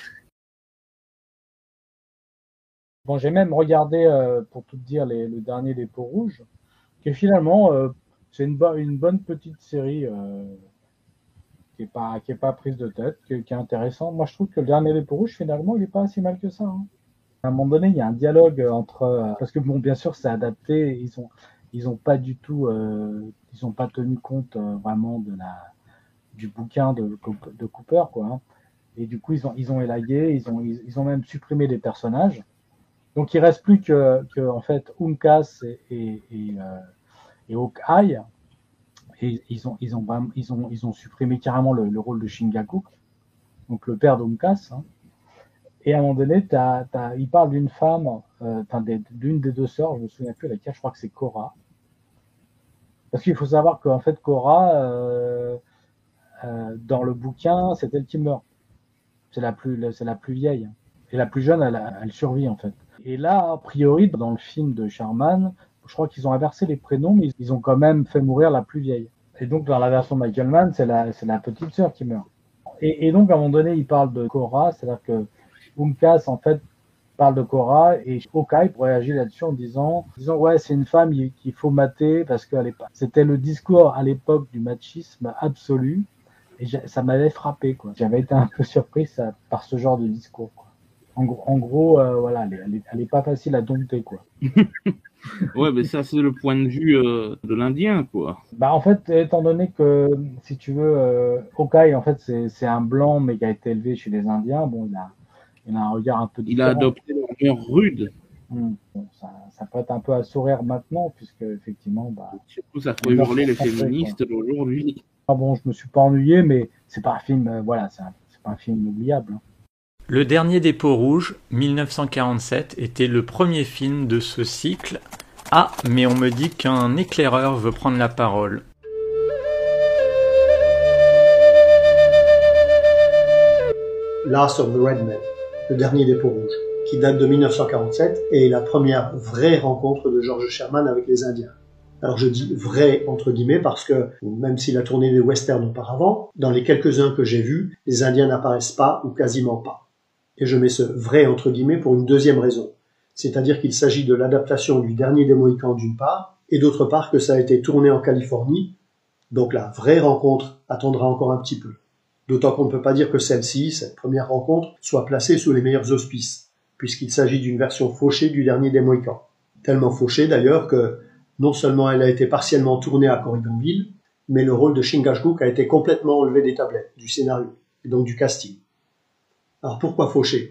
Bon, j'ai même regardé, euh, pour tout te dire, les, le dernier des Peaux Rouges, qui finalement, euh, c'est une, bo- une bonne petite série euh, qui n'est pas, qui est pas prise de tête, qui, qui est intéressante. Moi, je trouve que le dernier des Peaux Rouges, finalement, il n'est pas si mal que ça. Hein. À un moment donné, il y a un dialogue entre... euh, parce que, bon, bien sûr, c'est adapté, ils ont, ils ont pas du tout... Euh, ils ont pas tenu compte euh, vraiment de la, du bouquin de, de Cooper, quoi. Hein. Et du coup, ils ont, ils ont élagué, ils ont, ils, ils ont même supprimé des personnages. Donc, il reste plus que, que en fait, Uncas et, et, et, euh, et Hawkeye. Et ils ont, ils ont, ils ont, ils ont supprimé carrément le, le rôle de Shingaku, donc le père d'Uncas. Hein. Et à un moment donné, t'as, t'as, il parle d'une femme, euh, d'une des deux sœurs, je me souviens plus laquelle, je crois que c'est Cora. Parce qu'il faut savoir qu'en fait, Cora, euh, euh, dans le bouquin, c'est elle qui meurt. C'est la plus, c'est la plus vieille. Et la plus jeune, elle, elle survit en fait. Et là, a priori, dans le film de Sherman, je crois qu'ils ont inversé les prénoms, mais ils ont quand même fait mourir la plus vieille. Et donc, dans la version de Michael Mann, c'est la, c'est la petite sœur qui meurt. Et, et donc, à un moment donné, il parle de Cora, c'est-à-dire que Uncas, en fait, parle de Cora, et Hawkeye réagit là-dessus en disant, disant ouais, c'est une femme qu'il faut mater, parce que c'était le discours à l'époque du machisme absolu, et ça m'avait frappé, quoi. J'avais été un peu surpris ça, par ce genre de discours, quoi. En, en gros, euh, voilà, elle est, elle est pas facile à dompter, quoi. Ouais, mais ça, c'est le point de vue euh, de l'Indien, quoi. Bah, en fait, étant donné que, si tu veux, euh, Hawkeye, en fait, c'est un blanc, mais qui a été élevé chez les Indiens, bon, il a, il a un regard un peu différent. Il a adopté leur mère rude. Hum, bon, ça, ça peut être un peu à sourire maintenant, puisque, effectivement, bah. Surtout, ça ferait hurler les féministes d'aujourd'hui. Ah bon, je me suis pas ennuyé, mais c'est pas un film, euh, voilà, c'est pas un film inoubliable. Hein. Le dernier des Peaux Rouges, mille neuf cent quarante-sept, était le premier film de ce cycle. Ah, mais on me dit qu'un éclaireur veut prendre la parole. Last of the Red Men, le dernier des Peaux Rouges, qui date de mille neuf cent quarante-sept et est la première vraie rencontre de George Sherman avec les Indiens. Alors je dis vrai entre guillemets parce que, même s'il a tourné des westerns auparavant, dans les quelques-uns que j'ai vus, les Indiens n'apparaissent pas ou quasiment pas. Et je mets ce vrai entre guillemets pour une deuxième raison. C'est-à-dire qu'il s'agit de l'adaptation du dernier des Mohicans d'une part, et d'autre part que ça a été tourné en Californie, donc la vraie rencontre attendra encore un petit peu. D'autant qu'on ne peut pas dire que celle-ci, cette première rencontre, soit placée sous les meilleurs auspices, puisqu'il s'agit d'une version fauchée du dernier des Mohicans. Tellement fauchée d'ailleurs que non seulement elle a été partiellement tournée à Corriganville, mais le rôle de Chingachgook a été complètement enlevé des tablettes, du scénario, et donc du casting. Alors pourquoi fauché ?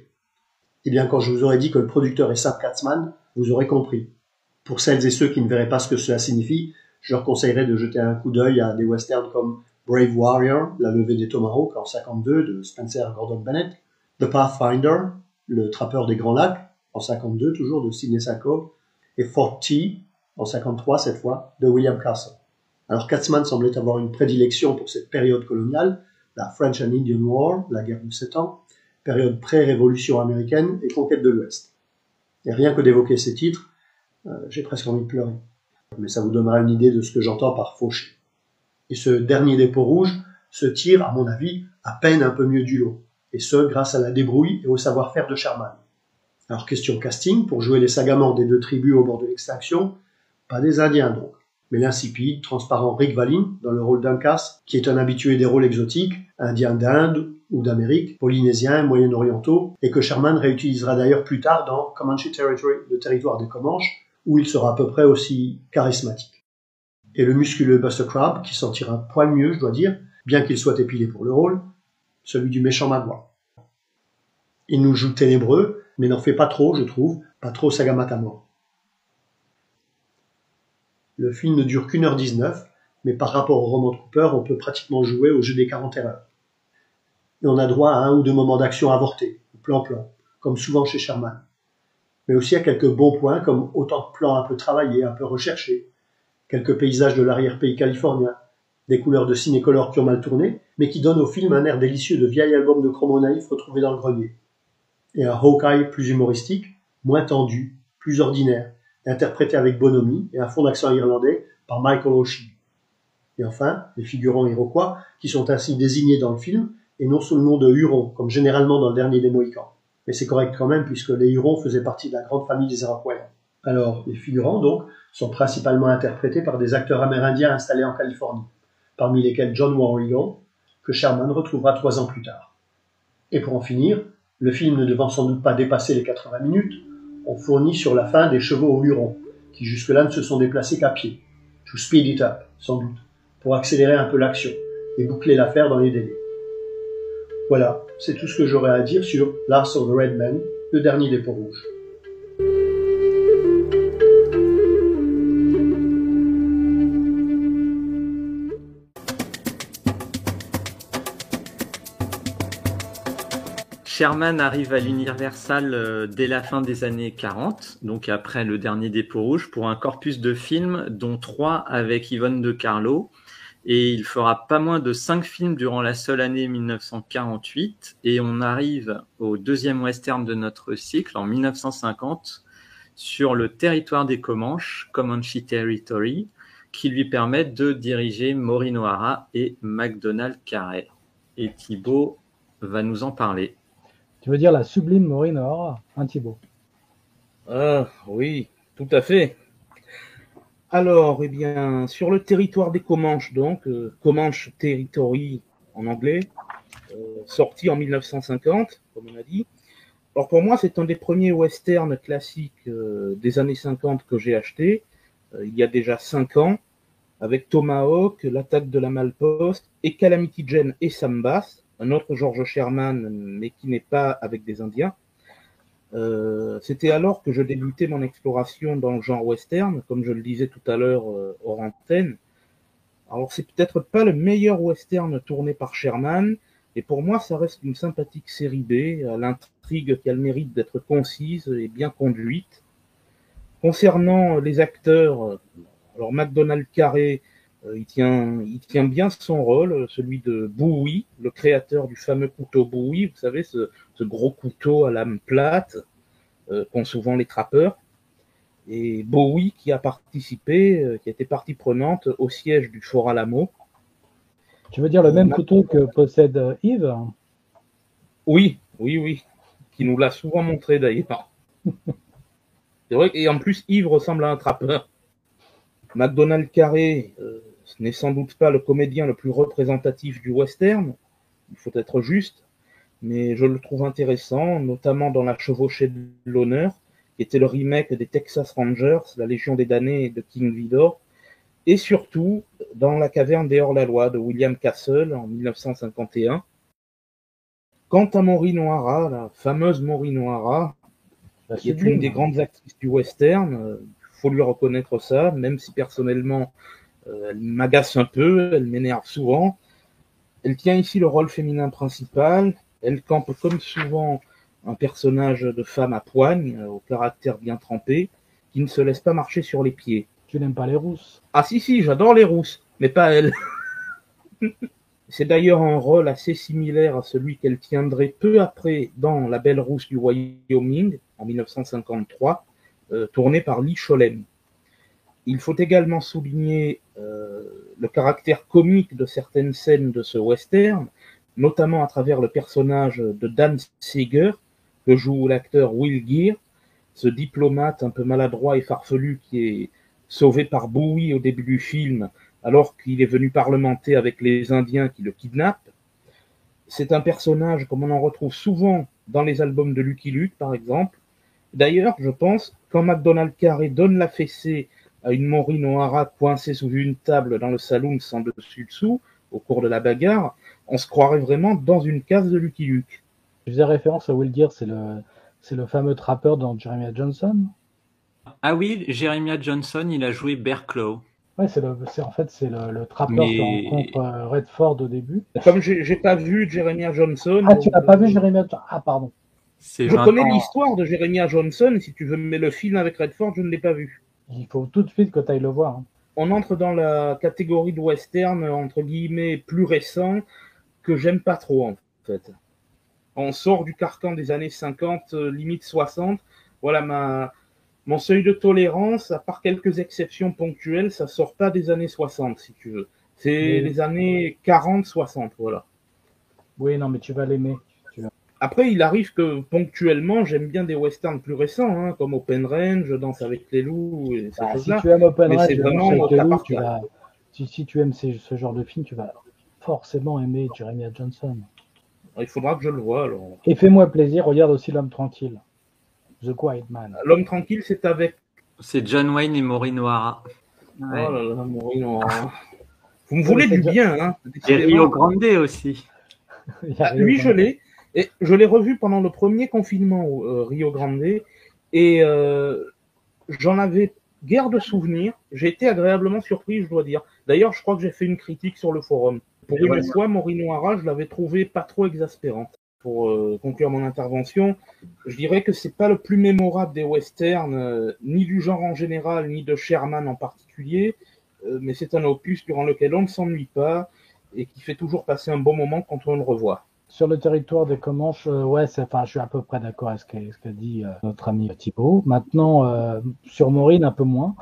Eh bien, quand je vous aurais dit que le producteur est Sam Katzman, vous aurez compris. Pour celles et ceux qui ne verraient pas ce que cela signifie, je leur conseillerais de jeter un coup d'œil à des westerns comme Brave Warrior, La levée des Tomahawks en cinquante-deux de Spencer Gordon Bennett, The Pathfinder, Le trappeur des Grands Lacs en cinquante-deux toujours de Sidney Salcove, et Fort T en cinquante-trois cette fois de William Castle. Alors Katzman semblait avoir une prédilection pour cette période coloniale, la French and Indian War, la guerre de sept ans, période pré-révolution américaine et conquête de l'Ouest. Et rien que d'évoquer ces titres, euh, j'ai presque envie de pleurer. Mais ça vous donnera une idée de ce que j'entends par fauché. Et ce dernier des peaux rouges se tire, à mon avis, à peine un peu mieux du lot. Et ce, grâce à la débrouille et au savoir-faire de Sherman. Alors, question casting, pour jouer les sagamores des deux tribus au bord de l'extinction, pas des Indiens donc, mais l'insipide, transparent Rick Valin, dans le rôle d'Uncas, qui est un habitué des rôles exotiques, indien d'Inde ou d'Amérique, polynésiens, moyen-orientaux, et que Sherman réutilisera d'ailleurs plus tard dans Comanche Territory, le territoire des Comanches, où il sera à peu près aussi charismatique. Et le musculeux Buster Crabbe, qui s'en tire un poil mieux, je dois dire, bien qu'il soit épilé pour le rôle, celui du méchant Magua. Il nous joue ténébreux, mais n'en fait pas trop, je trouve, pas trop Sagamatamo. Le film ne dure qu'une heure dix-neuf, mais par rapport au roman de Cooper, on peut pratiquement jouer au jeu des quarante erreurs. Et on a droit à un ou deux moments d'action avortés, plan-plan, comme souvent chez Sherman. Mais aussi à quelques bons points, comme autant de plans un peu travaillés, un peu recherchés, quelques paysages de l'arrière-pays californien, des couleurs de cinécolor qui ont mal tourné, mais qui donnent au film un air délicieux de vieil album de chromo naïf retrouvé dans le grenier. Et un Hawkeye plus humoristique, moins tendu, plus ordinaire, interprété avec bonhomie et un fond d'accent irlandais par Michael O'Shea. Et enfin, les figurants iroquois, qui sont ainsi désignés dans le film, et non sous le nom de Hurons, comme généralement dans le dernier des Mohicans. Mais c'est correct quand même, puisque les Hurons faisaient partie de la grande famille des Iroquois. Alors, les figurants, donc, sont principalement interprétés par des acteurs amérindiens installés en Californie, parmi lesquels John Warrigal, que Sherman retrouvera trois ans plus tard. Et pour en finir, le film ne devant sans doute pas dépasser les quatre-vingts minutes, on fournit sur la fin des chevaux aux Hurons, qui jusque-là ne se sont déplacés qu'à pied, to speed it up, sans doute, pour accélérer un peu l'action et boucler l'affaire dans les délais. Voilà, c'est tout ce que j'aurais à dire sur Last of the Red Men, le dernier des peaux rouges. Sherman arrive à l'Universal euh, dès la fin des années quarante, donc après Le Dernier des Peaux Rouges, pour un corpus de films, dont trois avec Yvonne De Carlo. Et il fera pas moins de cinq films durant la seule année mille neuf cent quarante-huit. Et on arrive au deuxième western de notre cycle, en mille neuf cent cinquante, sur le territoire des Comanches, Comanche Territory, qui lui permet de diriger Maureen O'Hara et MacDonald Carey. Et Thibaut va nous en parler. Tu veux dire la sublime Maureen O'Hara, hein Thibaut? Ah oui, tout à fait. Alors, eh bien, sur le territoire des Comanches, donc, euh, Comanche Territory en anglais, euh, sorti en mille neuf cent cinquante, comme on a dit. Alors pour moi, c'est un des premiers westerns classiques euh, des années cinquante que j'ai acheté, euh, il y a déjà cinq ans, avec Tomahawk, L'attaque de la Malposte, et Calamity Jane et Sam Bass, un autre George Sherman, mais qui n'est pas avec des Indiens. Euh, c'était alors que je débutais mon exploration dans le genre western, comme je le disais tout à l'heure euh, hors antenne. Alors c'est peut-être pas le meilleur western tourné par Sherman, et pour moi ça reste une sympathique série B, à l'intrigue qui a le mérite d'être concise et bien conduite. Concernant les acteurs, alors MacDonald Carey, euh, il tient, il tient bien son rôle, celui de Bowie, le créateur du fameux couteau Bowie, vous savez, ce, ce gros couteau à lame plate euh, qu'ont souvent les trappeurs. Et Bowie qui a participé, euh, qui a été partie prenante au siège du Fort Alamo. Tu veux dire le même couteau que possède Yves? Oui, oui, oui, qui nous l'a souvent montré d'ailleurs. C'est vrai, et en plus Yves ressemble à un trappeur. MacDonald Carey, euh, ce n'est sans doute pas le comédien le plus représentatif du western, il faut être juste, mais je le trouve intéressant, notamment dans La Chevauchée de l'honneur, qui était le remake des Texas Rangers, La Légion des damnés de King Vidor, et surtout dans La caverne des hors-la-loi de William Castle en mille neuf cent cinquante et un. Quant à Maureen O'Hara, la fameuse Maureen O'Hara, La qui est sublime. une des grandes actrices du western, il euh, faut lui reconnaître ça, même si personnellement euh, elle m'agace un peu, elle m'énerve souvent. Elle tient ici le rôle féminin principal, elle campe comme souvent un personnage de femme à poigne, euh, au caractère bien trempé, qui ne se laisse pas marcher sur les pieds. Tu n'aimes pas les rousses? Ah si si, j'adore les rousses, mais pas elle. C'est d'ailleurs un rôle assez similaire à celui qu'elle tiendrait peu après dans La Belle Rousse du Wyoming, en mille neuf cent cinquante-trois, euh, tournée par Lee Cholem. Il faut également souligner euh, le caractère comique de certaines scènes de ce western, notamment à travers le personnage de Dan Seeger, que joue l'acteur Will Geer, ce diplomate un peu maladroit et farfelu qui est sauvé par Bowie au début du film, alors qu'il est venu parlementer avec les Indiens qui le kidnappent. C'est un personnage comme on en retrouve souvent dans les albums de Lucky Luke, par exemple. D'ailleurs, je pense, quand MacDonald Carré donne la fessée à une Maureen O'Hara coincée sous une table dans le saloon sans dessus-dessous, au cours de la bagarre, on se croirait vraiment dans une case de Lucky Luke. Je faisais référence à Will Geer, c'est le, c'est le fameux trappeur dans Jeremiah Johnson. Ah oui, Jeremiah Johnson, il a joué Bear Claw. Ouais, c'est le, c'est en fait c'est le, le trappeur Mais- qui rencontre euh, Redford au début. Comme j'ai j'ai pas vu Jeremiah Johnson, Ah, tu donc, n'as pas euh, vu Jeremiah Johnson? Ah, pardon. C'est je vingt connais ans. l'histoire de Jeremiah Johnson, si tu veux, mais le film avec Redford, je ne l'ai pas vu. Il faut tout de suite que tu ailles le voir. hein. On entre dans la catégorie de western, entre guillemets, plus récent, que j'aime pas trop, en fait. On sort du carcan des années cinquante, euh, limite soixante. Voilà, ma, mon seuil de tolérance, à part quelques exceptions ponctuelles, ça sort pas des années soixante, si tu veux. C'est Mais- les années quarante soixante, voilà. Oui, non, mais tu vas l'aimer. Tu vas- Après, il arrive que ponctuellement, j'aime bien des westerns plus récents, hein, comme Open Range, Danse avec les loups, et ces Bah, si choses-là. tu aimes Open mais Range, c'est et vraiment Danse avec au les cas loups, par tu cas. vas, si, si tu aimes ces- ce genre de film, tu vas forcément aimer Jeremiah Johnson. Il faudra que je le voie, alors. Et fais-moi plaisir, regarde aussi L'Homme Tranquille. The Quiet Man. L'homme tranquille, c'est avec... C'est John Wayne et Maureen O'Hara. Ouais. Oh là là, Maureen, non. Vous me Ça, voulez c'est du déjà- bien, hein. Et décidément. Rio Grande aussi. Il y a Ah, lui, je Rio l'ai. Et je l'ai revu pendant le premier confinement au euh, Rio Grande. Et euh, j'en avais guère de souvenirs. J'ai été agréablement surpris, je dois dire. D'ailleurs, je crois que j'ai fait une critique sur le forum. Pour Et une ouais. fois, Maureen O'Hara, je l'avais trouvé pas trop exaspérante. Pour euh, conclure mon intervention, je dirais que c'est pas le plus mémorable des westerns, euh, ni du genre en général, ni de Sherman en particulier, euh, mais c'est un opus durant lequel on ne s'ennuie pas et qui fait toujours passer un bon moment quand on le revoit. Sur le territoire des Comanches, euh, ouais, c'est, enfin, je suis à peu près d'accord avec ce qu'a, ce qu'a dit euh, notre ami Thibaut. Maintenant, euh, sur Maureen, un peu moins.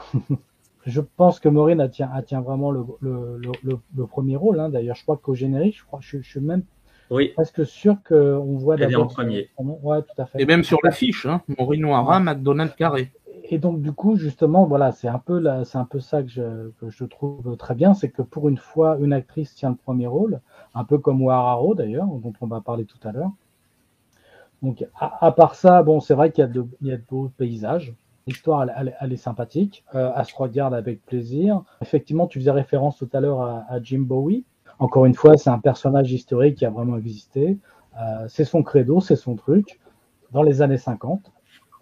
Je pense que Maureen a tient, a tient vraiment le, le, le, le, le premier rôle. Hein. D'ailleurs, je crois qu'au générique, je crois, je, je suis même Oui, presque sûr qu'on voit Elle est d'abord en premier. son nom. Ouais, tout à fait. Et même sur l'affiche, hein, Maureen O'Hara, MacDonald Carré. Et donc du coup, justement, voilà, c'est un peu là, c'est un peu ça que je, que je trouve très bien, c'est que pour une fois, une actrice tient le premier rôle, un peu comme O'Hara d'ailleurs, dont on va parler tout à l'heure. Donc à, à part ça, bon, c'est vrai qu'il y a de, il y a de beaux paysages. L'histoire, elle, elle, elle est sympathique, euh, elle se regarde avec plaisir. Effectivement, tu faisais référence tout à l'heure à, à Jim Bowie. Encore une fois, c'est un personnage historique qui a vraiment existé. Euh, c'est son credo, c'est son truc. Dans les années cinquante.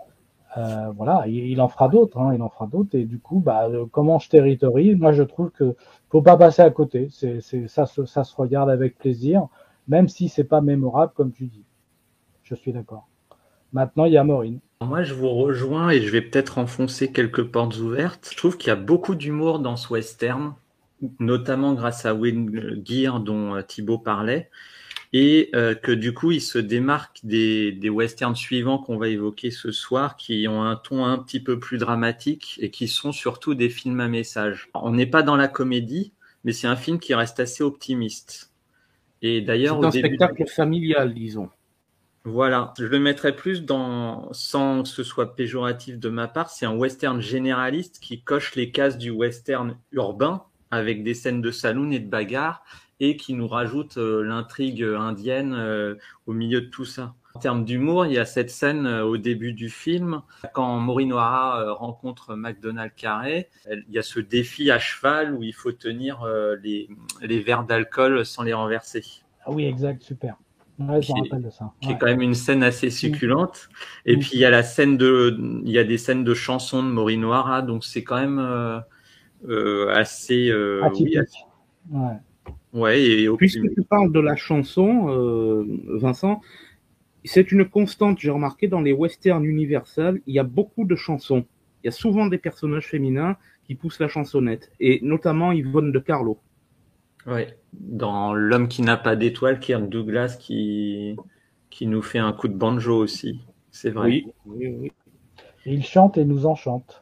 Euh, voilà, il, il en fera d'autres, hein, il en fera d'autres, et du coup, bah, euh, Comanche Territory, moi je trouve que faut pas passer à côté. C'est, c'est, ça, se, ça se regarde avec plaisir, même si c'est pas mémorable comme tu dis. Je suis d'accord. Maintenant, il y a Maureen. Moi, je vous rejoins et je vais peut-être enfoncer quelques portes ouvertes. Je trouve qu'il y a beaucoup d'humour dans ce western, notamment grâce à Will Geer dont euh, Thibaut parlait, et euh, que du coup, il se démarque des, des westerns suivants qu'on va évoquer ce soir, qui ont un ton un petit peu plus dramatique et qui sont surtout des films à message. On n'est pas dans la comédie, mais c'est un film qui reste assez optimiste. Et C'est d'ailleurs, au un début, spectacle familial, disons. voilà, je le mettrais plus dans, sans que ce soit péjoratif de ma part, c'est un western généraliste qui coche les cases du western urbain avec des scènes de saloon et de bagarre et qui nous rajoute euh, l'intrigue indienne euh, au milieu de tout ça. En termes d'humour, il y a cette scène euh, au début du film, quand Maureen O'Hara euh, rencontre MacDonald Carré, elle- il y a ce défi à cheval où il faut tenir euh, les, les verres d'alcool sans les renverser. Ah oui, exact, super. Ouais, je qui me est, rappelle de ça. qui Ouais. est quand même une scène assez succulente. Et Mm. puis il y a la scène de, il y a des scènes de chansons de Maureen O'Hara, donc c'est quand même euh, euh, assez, euh, oui, assez- Atypique. Ouais. ouais, et, Puisque tu parles de la chanson, euh, Vincent, c'est une constante, j'ai remarqué, dans les westerns Universal, il y a beaucoup de chansons. Il y a souvent des personnages féminins qui poussent la chansonnette, et notamment Yvonne de Carlo. ouais, dans L'homme qui n'a pas d'étoile, Kirk Douglas qui qui nous fait un coup de banjo aussi, c'est vrai. Oui, oui, oui. Et il chante et nous enchante.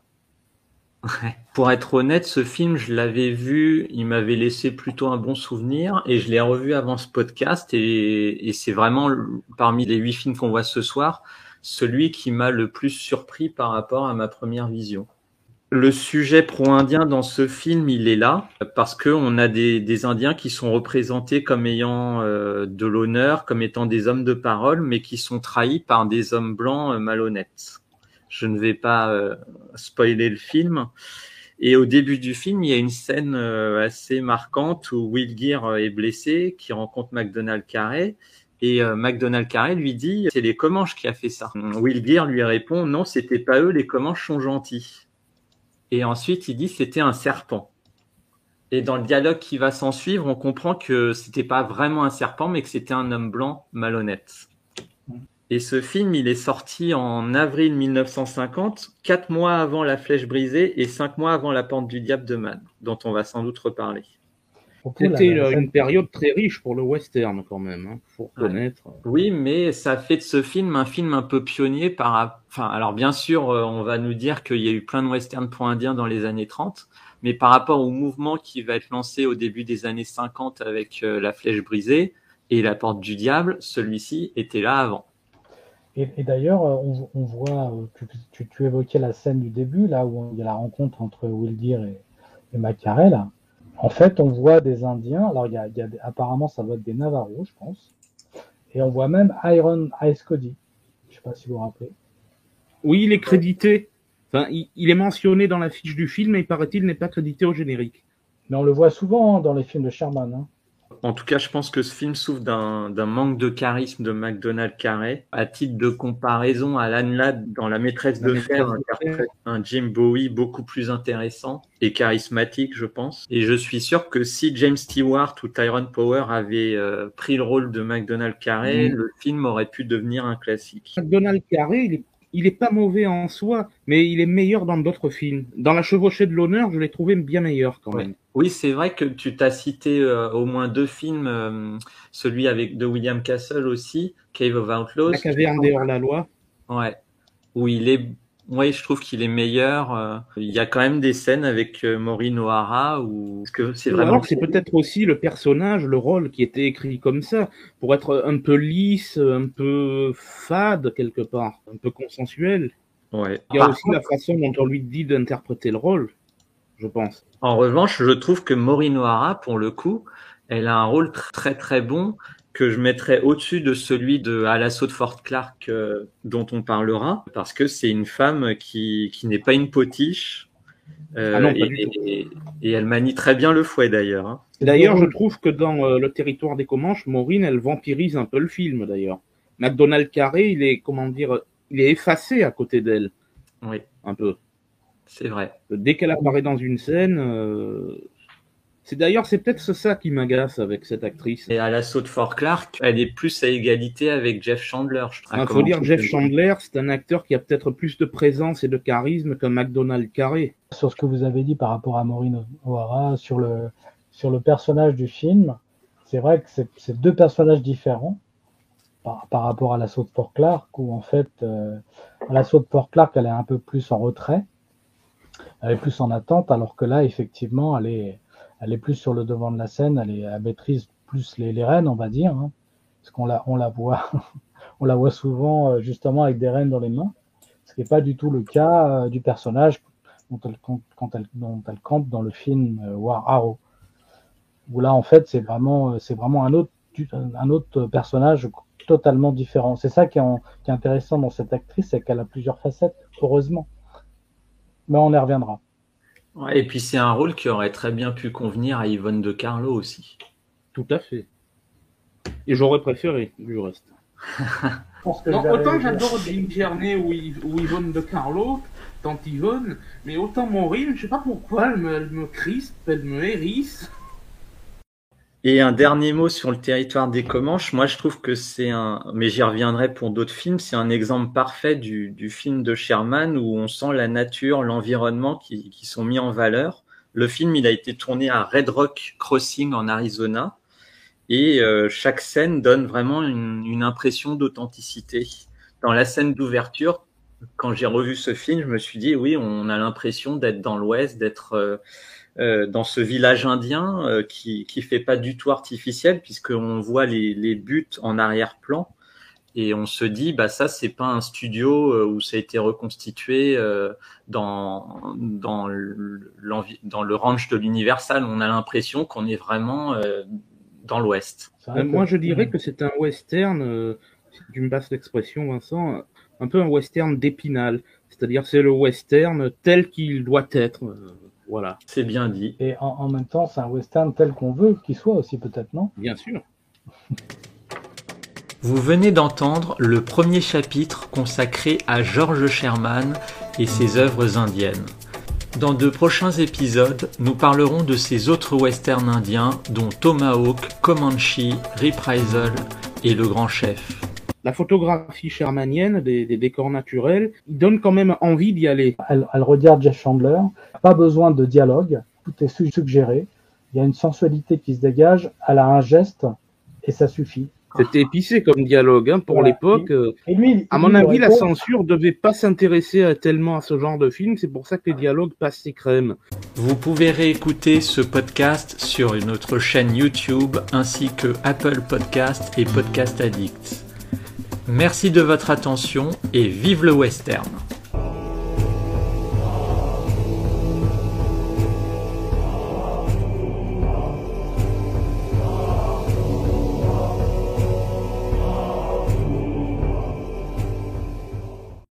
Pour être honnête, ce film, je l'avais vu, il m'avait laissé plutôt un bon souvenir et je l'ai revu avant ce podcast et, et c'est vraiment parmi les huit films qu'on voit ce soir, celui qui m'a le plus surpris par rapport à ma première vision. Le sujet pro-indien dans ce film, il est là parce que on a des, des Indiens qui sont représentés comme ayant euh, de l'honneur, comme étant des hommes de parole, mais qui sont trahis par des hommes blancs euh, malhonnêtes. Je ne vais pas euh, spoiler le film. Et au début du film, il y a une scène euh, assez marquante où Will Geer est blessé, qui rencontre MacDonald Carey. Et euh, MacDonald Carey lui dit, c'est les Comanches qui a fait ça. Will Geer lui répond, non, c'était pas eux, les Comanches sont gentils. Et ensuite, il dit, c'était un serpent. Et dans le dialogue qui va s'en suivre, on comprend que c'était pas vraiment un serpent, mais que c'était un homme blanc malhonnête. Et ce film, il est sorti en avril mille neuf cent cinquante, quatre mois avant La Flèche brisée et cinq mois avant La Porte du Diable de Mann, dont on va sans doute reparler. C'était la, la une période très riche pour le western quand même, hein, faut reconnaître. Ouais. Oui, mais ça fait de ce film un film un peu pionnier par... Enfin, alors bien sûr, on va nous dire qu'il y a eu plein de westerns pour indiens dans les années trente, mais par rapport au mouvement qui va être lancé au début des années cinquante avec La Flèche brisée et La Porte du Diable, celui-ci était là avant. Et, et d'ailleurs, on, on voit, tu, tu, tu évoquais la scène du début, là où il y a la rencontre entre Will Geer et, et Macarel. Là. En fait, on voit des Indiens. Alors, il y a, il y a apparemment, ça doit être des Navajos, je pense. Et on voit même Iron Ice Cody. Je ne sais pas si vous vous rappelez. Oui, il est crédité. Enfin, il, il est mentionné dans la fiche du film, mais il paraît-il n'est pas crédité au générique. Mais on le voit souvent hein, dans les films de Sherman. Hein. En tout cas, je pense que ce film souffre d'un, d'un manque de charisme de MacDonald Carey. À titre de comparaison, Alan Ladd dans La Maîtresse de Fer interprète un Jim Bowie beaucoup plus intéressant et charismatique, je pense. Et je suis sûr que si James Stewart ou Tyrone Power avaient euh, pris le rôle de MacDonald Carey, mmh. le film aurait pu devenir un classique. MacDonald Carey, il est il est pas mauvais en soi, mais il est meilleur dans d'autres films. Dans La Chevauchée de l'honneur, je l'ai trouvé bien meilleur quand même. Ouais. Oui, c'est vrai que tu t'as cité euh, au moins deux films, euh, celui avec de William Castle aussi, Cave of Outlaws. La caverne des hors-la-loi. Ouais. Où il est, ouais, je trouve qu'il est meilleur. Euh, il y a quand même des scènes avec euh, Maureen O'Hara où que c'est vraiment. Alors c'est peut-être aussi le personnage, le rôle qui était écrit comme ça, pour être un peu lisse, un peu fade quelque part, un peu consensuel. Ouais. Il y a Par aussi contre... la façon dont on lui dit d'interpréter le rôle, je pense. En revanche, je trouve que Maureen O'Hara, pour le coup, elle a un rôle très très bon que je mettrais au-dessus de celui de À l'assaut de Fort Clark euh, dont on parlera, parce que c'est une femme qui, qui n'est pas une potiche euh, ah non, pas et, du tout. Et, et elle manie très bien le fouet d'ailleurs. Hein. D'ailleurs, je trouve que dans euh, Le Territoire des Comanches, Maureen, elle vampirise un peu le film d'ailleurs. MacDonald Carey, il est, comment dire, il est effacé à côté d'elle. Oui. Un peu. C'est vrai. Dès qu'elle apparaît dans une scène, euh... c'est d'ailleurs c'est peut-être ça qui m'agace avec cette actrice. Et À l'assaut de Fort Clark, elle est plus à égalité avec Jeff Chandler. Il faut dire Jeff Chandler, c'est un acteur qui a peut-être plus de présence et de charisme qu'un MacDonald Carey. Sur ce que vous avez dit par rapport à Maureen O'Hara, sur le sur le personnage du film, c'est vrai que c'est, c'est deux personnages différents par, par rapport à l'assaut de Fort Clark, où en fait, euh, à l'assaut de Fort Clark, elle est un peu plus en retrait. Elle est plus en attente, alors que là, effectivement, elle est, elle est plus sur le devant de la scène, elle, est, elle maîtrise plus les, les rênes, on va dire, hein, parce qu'on la, on la voit, on la voit souvent justement avec des rênes dans les mains, ce qui n'est pas du tout le cas euh, du personnage dont elle, quand, quand elle, dont elle campe dans le film euh, War Arrow, où là, en fait, c'est vraiment, c'est vraiment un autre, un autre personnage totalement différent. C'est ça qui est, en, qui est intéressant dans cette actrice, c'est qu'elle a plusieurs facettes, heureusement. Mais on y reviendra. Ouais, et puis c'est un rôle qui aurait très bien pu convenir à Yvonne de Carlo aussi. Tout à fait. Et j'aurais préféré du reste. Je pense que Non, je vais autant réagir. j'adore Jim Tierney ou, Yv- ou Yvonne De Carlo, tante Yvonne, mais autant Maureen, je sais pas pourquoi, elle me, elle me crispe, elle me hérisse. Et un dernier mot sur le territoire des Comanches. Moi, je trouve que c'est un, mais j'y reviendrai pour d'autres films, c'est un exemple parfait du, du film de Sherman où on sent la nature, l'environnement qui, qui sont mis en valeur. Le film, il a été tourné à Red Rock Crossing en Arizona et euh, chaque scène donne vraiment une, une impression d'authenticité. Dans la scène d'ouverture, quand j'ai revu ce film, je me suis dit, oui, on a l'impression d'être dans l'Ouest, d'être euh, Euh, dans ce village indien euh, qui qui fait pas du tout artificiel puisqu'on voit les les buts en arrière-plan et on se dit bah ça c'est pas un studio euh, où ça a été reconstitué euh, dans dans le, dans le ranch de l'Universal. On a l'impression qu'on est vraiment euh, dans l'Ouest. C'est vrai Euh, que- moi, je dirais que c'est un western, euh, si tu me passes l'expression, Vincent, un peu un western d'Épinal. C'est-à-dire, c'est le western tel qu'il doit être. euh, voilà, C'est bien dit. Et en, en même temps, c'est un western tel qu'on veut qu'il soit aussi, peut-être, non? bien sûr. Vous venez d'entendre le premier chapitre consacré à George Sherman et ses œuvres indiennes. Dans de prochains épisodes, nous parlerons de ces autres westerns indiens dont Tomahawk, Comanche, Reprisal et Le Grand Chef. La photographie shermanienne des, des décors naturels, il donne quand même envie d'y aller. Elle, elle regarde Jeff Chandler. Pas besoin de dialogue. Tout est su- suggéré. Il y a une sensualité qui se dégage. Elle a un geste et ça suffit. C'était épicé comme dialogue hein, pour Voilà. l'époque. euh, Et lui, À lui, mon il avis, la répond, censure devait pas s'intéresser à- tellement à ce genre de film. C'est pour ça que les dialogues passent ses crèmes. Vous pouvez réécouter ce podcast sur notre chaîne YouTube ainsi que Apple Podcast et Podcast Addict. Merci de votre attention et vive le western!